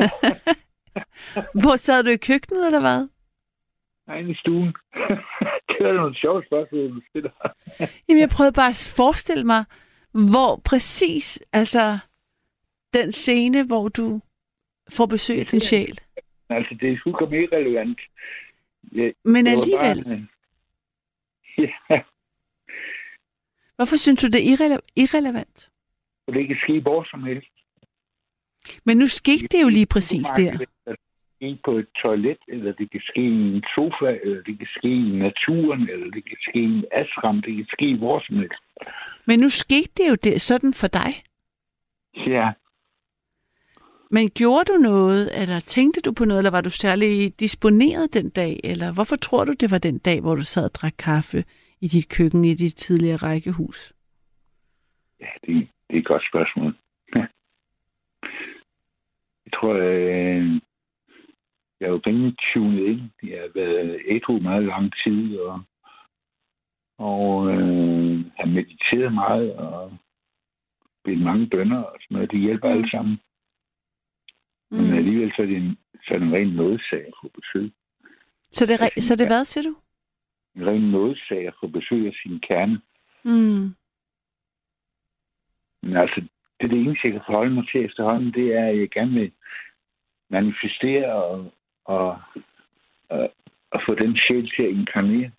[SPEAKER 3] Hvor sad du i køkkenet, eller hvad?
[SPEAKER 6] Nej, i stuen. Det var nogle sjove spørgsmål, du stiller.
[SPEAKER 3] Jamen, jeg prøvede bare at forestille mig, hvor præcis, altså, den scene, hvor du får besøg af din sjæl.
[SPEAKER 6] Altså, det er fuldkommen irrelevant.
[SPEAKER 3] Men alligevel.
[SPEAKER 6] Bare, ja.
[SPEAKER 3] Hvorfor synes du, det er irrelevant?
[SPEAKER 6] Og det kan ske hvor som helst.
[SPEAKER 3] Men nu skete det jo lige præcis der.
[SPEAKER 6] Det kan ske på et toilet, eller det kan ske i en sofa, eller det kan ske i naturen, eller det kan ske i en ashram, det kan ske hvor som helst.
[SPEAKER 3] Men nu skete det jo det, sådan for dig.
[SPEAKER 6] Ja.
[SPEAKER 3] Men gjorde du noget, eller tænkte du på noget, eller var du særlig disponeret den dag? Eller hvorfor tror du, det var den dag, hvor du sad og drak kaffe i dit køkken i dit tidligere rækkehus?
[SPEAKER 6] Ja, det er et godt spørgsmål. Ja. Jeg tror, jeg er jo rimelig tunet ind. Jeg har været ædru meget lang tid, og har mediteret meget, og bedt mange bønner, og sådan noget. Det hjælper alle sammen. Men alligevel så er det en ren nådesag at få besøg.
[SPEAKER 3] Så det hvad, siger du?
[SPEAKER 6] En ren nådesag at få besøg af sin kerne. Men altså, det er det eneste, jeg kan forholde mig til efterhånden, det er, at jeg gerne vil manifestere og få den sjæl til at inkarnere.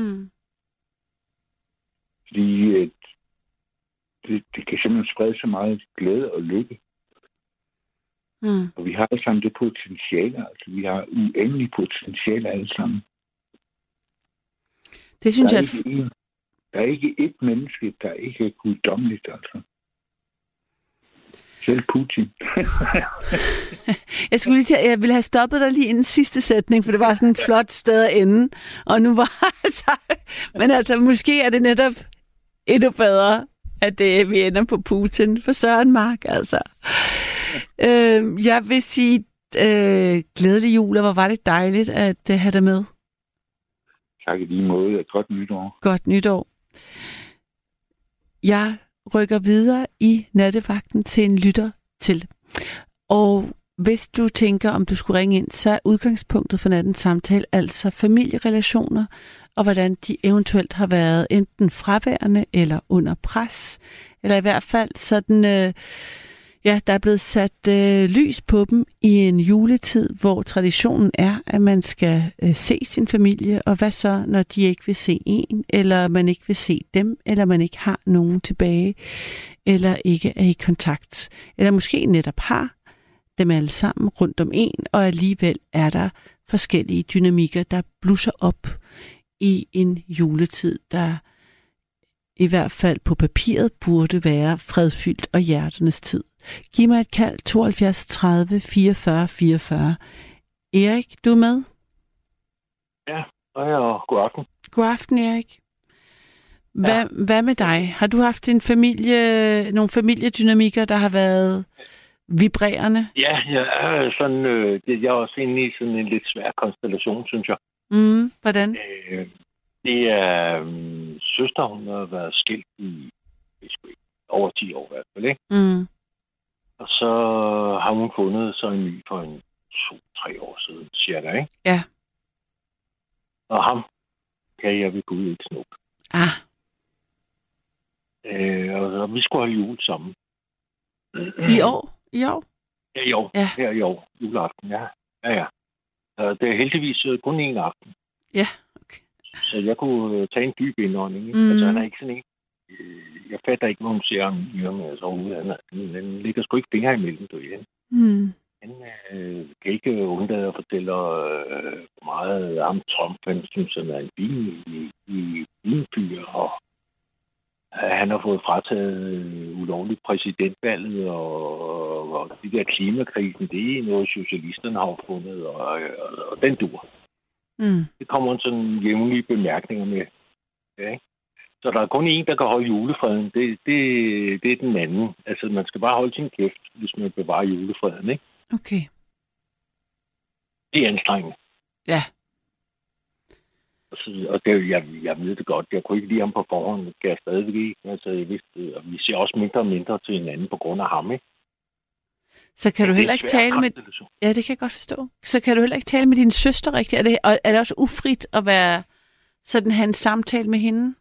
[SPEAKER 6] Fordi det kan simpelthen sprede så meget glæde og lykke. Og vi har alle sammen det potentiale. Altså, vi har uendelig potentiale alle sammen.
[SPEAKER 3] Det synes jeg...
[SPEAKER 6] Der er ikke et menneske, der ikke er guddommeligt, altså. Selv Putin.
[SPEAKER 3] Jeg ville have stoppet dig lige inden sidste sætning, for det var sådan en flot sted at ende. Og nu var altså... Men altså, måske er det netop endnu bedre, at vi ender på Putin. For Søren Mark, altså. Jeg vil sige glædelig jul, og hvor var det dejligt at have dig med.
[SPEAKER 6] Tak i lige måde. Godt nytår.
[SPEAKER 3] Godt nytår. Jeg rykker videre i nattevagten til en lytter til. Og hvis du tænker, om du skulle ringe ind, så er udgangspunktet for nattens samtale altså familierelationer, og hvordan de eventuelt har været enten fraværende eller under pres, eller i hvert fald sådan... der er blevet sat lys på dem i en juletid, hvor traditionen er, at man skal se sin familie, og hvad så, når de ikke vil se en, eller man ikke vil se dem, eller man ikke har nogen tilbage, eller ikke er i kontakt, eller måske netop har dem alle sammen rundt om en, og alligevel er der forskellige dynamikker, der blusser op i en juletid, der i hvert fald på papiret burde være fredfyldt og hjerternes tid. Giv mig et kald 72 30 44 44. Erik, du er med?
[SPEAKER 7] Ja, og god aften.
[SPEAKER 3] God aften, Erik. Hvad med dig? Har du haft nogle familiedynamikker, der har været vibrerende?
[SPEAKER 7] Ja, jeg er også inde i sådan en lidt svær konstellation, synes jeg.
[SPEAKER 3] Hvordan?
[SPEAKER 7] Det er søster, hun har været skilt i over 10 år i hvert fald, ikke? Og så har hun fundet sig en ny for 2-3 år siden, cirka, ikke?
[SPEAKER 3] Ja.
[SPEAKER 7] Og ham kan jeg ved Gud ikke snuppe. Og vi skulle holde jul sammen.
[SPEAKER 3] I år?
[SPEAKER 7] Ja, i år. Ja. Her i år. Juleaften, ja. Det er heldigvis kun en aften.
[SPEAKER 3] Ja, okay.
[SPEAKER 7] Så jeg kunne tage en dyb indånding. Ikke? Altså, han er ikke sådan en... Jeg fatter ikke, hvad hun ser om ørerne. Altså, han ligger sgu ikke fingre imellem, du igen. Han kan ikke undlade at fortælle, hvor meget ham Trump, han synes, han er en bilfyr, og han har fået frataget ulovligt præsidentvalget, og de der klimakrisen, det er noget, socialisterne har fundet, og den dur. Det kommer sådan jævnlige bemærkninger med. Ja, så der er kun en, der kan holde julefreden. Det er den anden. Altså, man skal bare holde sin kæft, hvis man bevarer julefreden, ikke?
[SPEAKER 3] Okay.
[SPEAKER 7] Det er anstrengende.
[SPEAKER 3] Ja.
[SPEAKER 7] Og det, jeg ved det godt. Jeg kunne ikke lide ham på forhånd. Det kan jeg stadigvæk ikke. Altså, jeg vidste, og vi ser også mindre og mindre til hinanden på grund af ham, ikke?
[SPEAKER 3] Så kan du heller ikke tale med... Ja, det kan jeg godt forstå. Så kan du heller ikke tale med din søster rigtigt? Er det også ufrit at være sådan hans samtale med hende?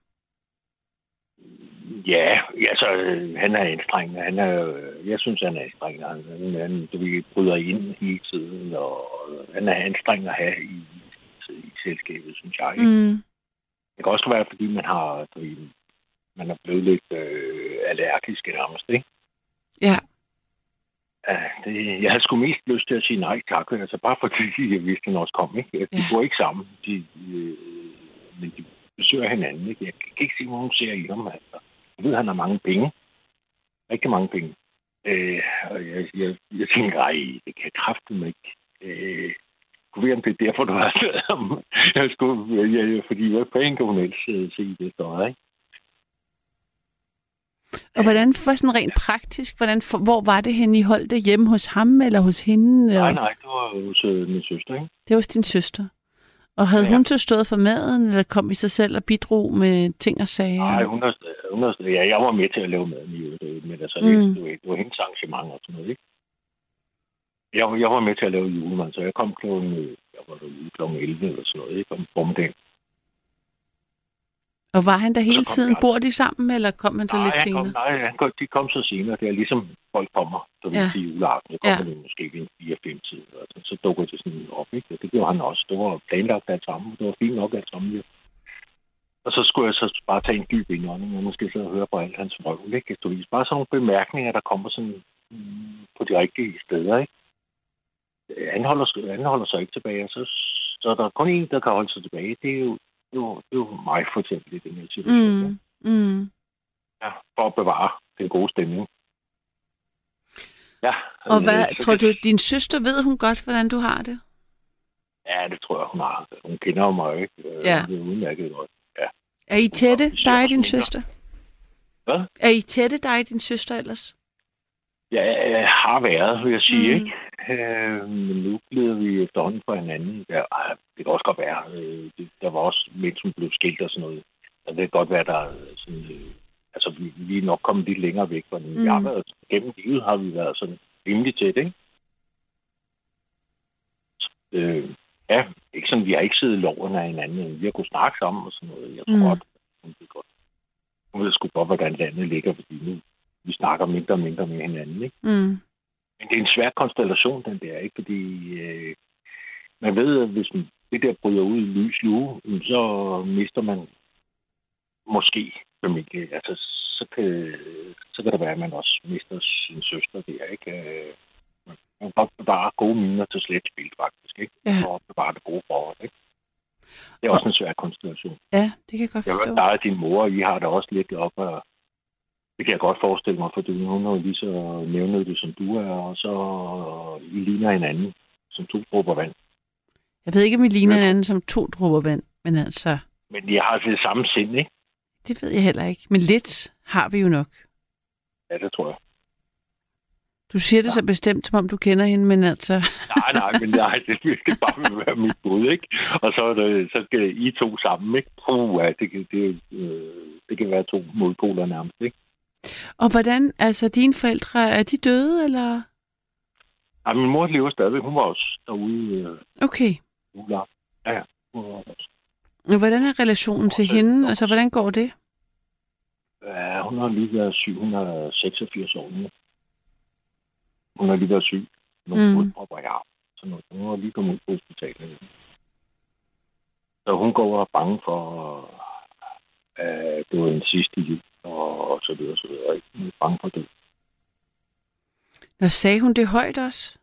[SPEAKER 7] Ja, altså, han er anstrengende. Jeg synes, han er anstrengende. Han bryder ind hele tiden, og han er anstrengende at have i selskabet, synes jeg. Det kan også være, fordi man er blevet lidt allergisk nærmest, ikke?
[SPEAKER 3] Ja.
[SPEAKER 7] Jeg havde sgu mest lyst til at sige nej tak, altså bare fordi jeg vidste, at den også kom, ikke? De bor ikke sammen, men de besøger hinanden, ikke? Jeg kan ikke se, hvor hun ser i ham, altså. Jeg ved, han har mange penge. Rigtig mange penge. Og jeg tænker, ej, det kan jeg kraftedeme ikke. Kunne vi om det er derfor, du har taget ham? Fordi hvad penge kan hun ellers se i det støj, ikke?
[SPEAKER 3] Og hvordan var sådan rent praktisk? Hvor var det henne? I holdt det hjemme hos ham eller hos hende?
[SPEAKER 7] Nej, det var hos min søster, ikke?
[SPEAKER 3] Det var hos din søster. Og havde hun så stået for maden, eller kom I sig selv og bidrog med ting og sager?
[SPEAKER 7] Nej, jeg var med til at lave maden i øvrigt, men altså, det var hendes arrangement og sådan noget, ikke? Jeg var med til at lave julemand, så jeg kom klokken 11 eller sådan noget, ikke? Om formiddagen.
[SPEAKER 3] Og var han der hele tiden? Bor de sammen, eller kom han så lidt senere?
[SPEAKER 7] De kom så senere. Det er ligesom folk kommer, så vi til juleaften. Jeg kommer måske ved 4-5 tid. Så dukker det sådan op, ikke? Det gjorde han også. Det var planlagt alt sammen. Det var fint nok alt sammen, ja. Og så skulle jeg så bare tage en dyb indånding, og måske så høre på alt hans vrøvl, ikke? Bare sådan nogle bemærkninger, der kommer sådan på de rigtige steder, ikke? Han holder sig ikke tilbage, så er der kun en, der kan holde sig tilbage. Det er jo mig for eksempel i den her situation. Ja, for at bevare den gode stemning. Ja.
[SPEAKER 3] Og hvad tror du, din søster ved hun godt, hvordan du har det?
[SPEAKER 7] Ja, det tror jeg, hun har. Hun kender jo mig, ikke?
[SPEAKER 3] Ja.
[SPEAKER 7] Det er udmærket godt. Ja.
[SPEAKER 3] Er I tætte, dig og din søster?
[SPEAKER 7] Hvad?
[SPEAKER 3] Er I tætte, dig og din søster ellers?
[SPEAKER 7] Ja, jeg har været, vil jeg sige, ikke? Men nu glider vi efterhånden fra hinanden. Ja, det kan også godt være. Der var også mens hun blev skilt og sådan noget. Så det kan godt være, der er sådan... altså, vi er nok kommet lidt længere væk fra den. Jeg har været... Gennem livet har vi været sådan rimelig tæt, ikke? Ja, ikke sådan, vi har ikke siddet loverne af hinanden. Vi har kunnet snakke sammen og sådan noget. Jeg tror godt. Nu ved jeg sgu godt, hvordan landet ligger, fordi nu vi snakker mindre og mindre med hinanden, ikke? Men det er en svær konstellation, den der, ikke? Fordi man ved, at hvis det der bryder ud i lys lue, så mister man måske familie. Altså, så kan det være, at man også mister sin søster der, ikke? Man kan godt bevare gode miner til slet spil, faktisk, ikke? Ja. Og bevare det gode forhold, ikke? Det er også en svær konstellation.
[SPEAKER 3] Ja, det kan jeg godt forstå.
[SPEAKER 7] Jeg ved, der er din mor, og I har det også lidt op af... Det kan jeg godt forestille mig, for hun er jo lige så nævnet som du er, og så I ligner hinanden som 2 dråber vand.
[SPEAKER 3] Jeg ved ikke, om I ligner hinanden som 2 dråber vand, men altså...
[SPEAKER 7] Men I har det samme sind, ikke?
[SPEAKER 3] Det ved jeg heller ikke, men lidt har vi jo nok.
[SPEAKER 7] Ja, det tror jeg.
[SPEAKER 3] Du siger det så bestemt, som om du kender hende, men altså...
[SPEAKER 7] nej, men det skal bare være mit bud, ikke? Og så skal I 2 sammen, ikke? Det kan være 2 modpoler nærmest, ikke?
[SPEAKER 3] Og hvordan, altså dine forældre, er de døde, eller?
[SPEAKER 7] Ja, min mor lever stadigvæk. Hun var også derude.
[SPEAKER 3] Okay.
[SPEAKER 7] Ja.
[SPEAKER 3] Og hvordan er relationen til hende? Altså, hvordan går det?
[SPEAKER 7] Ja, hun har lige været syg. Hun er 86 år nu. Hun har lige været syg. Nogle blodpropper i armen. Så hun har lige kommet ud på hospitalet. Så hun går og er bange for, at det var en sidste liv, og så videre, så videre. Hun er bange for det.
[SPEAKER 3] Når sagde hun det højt også?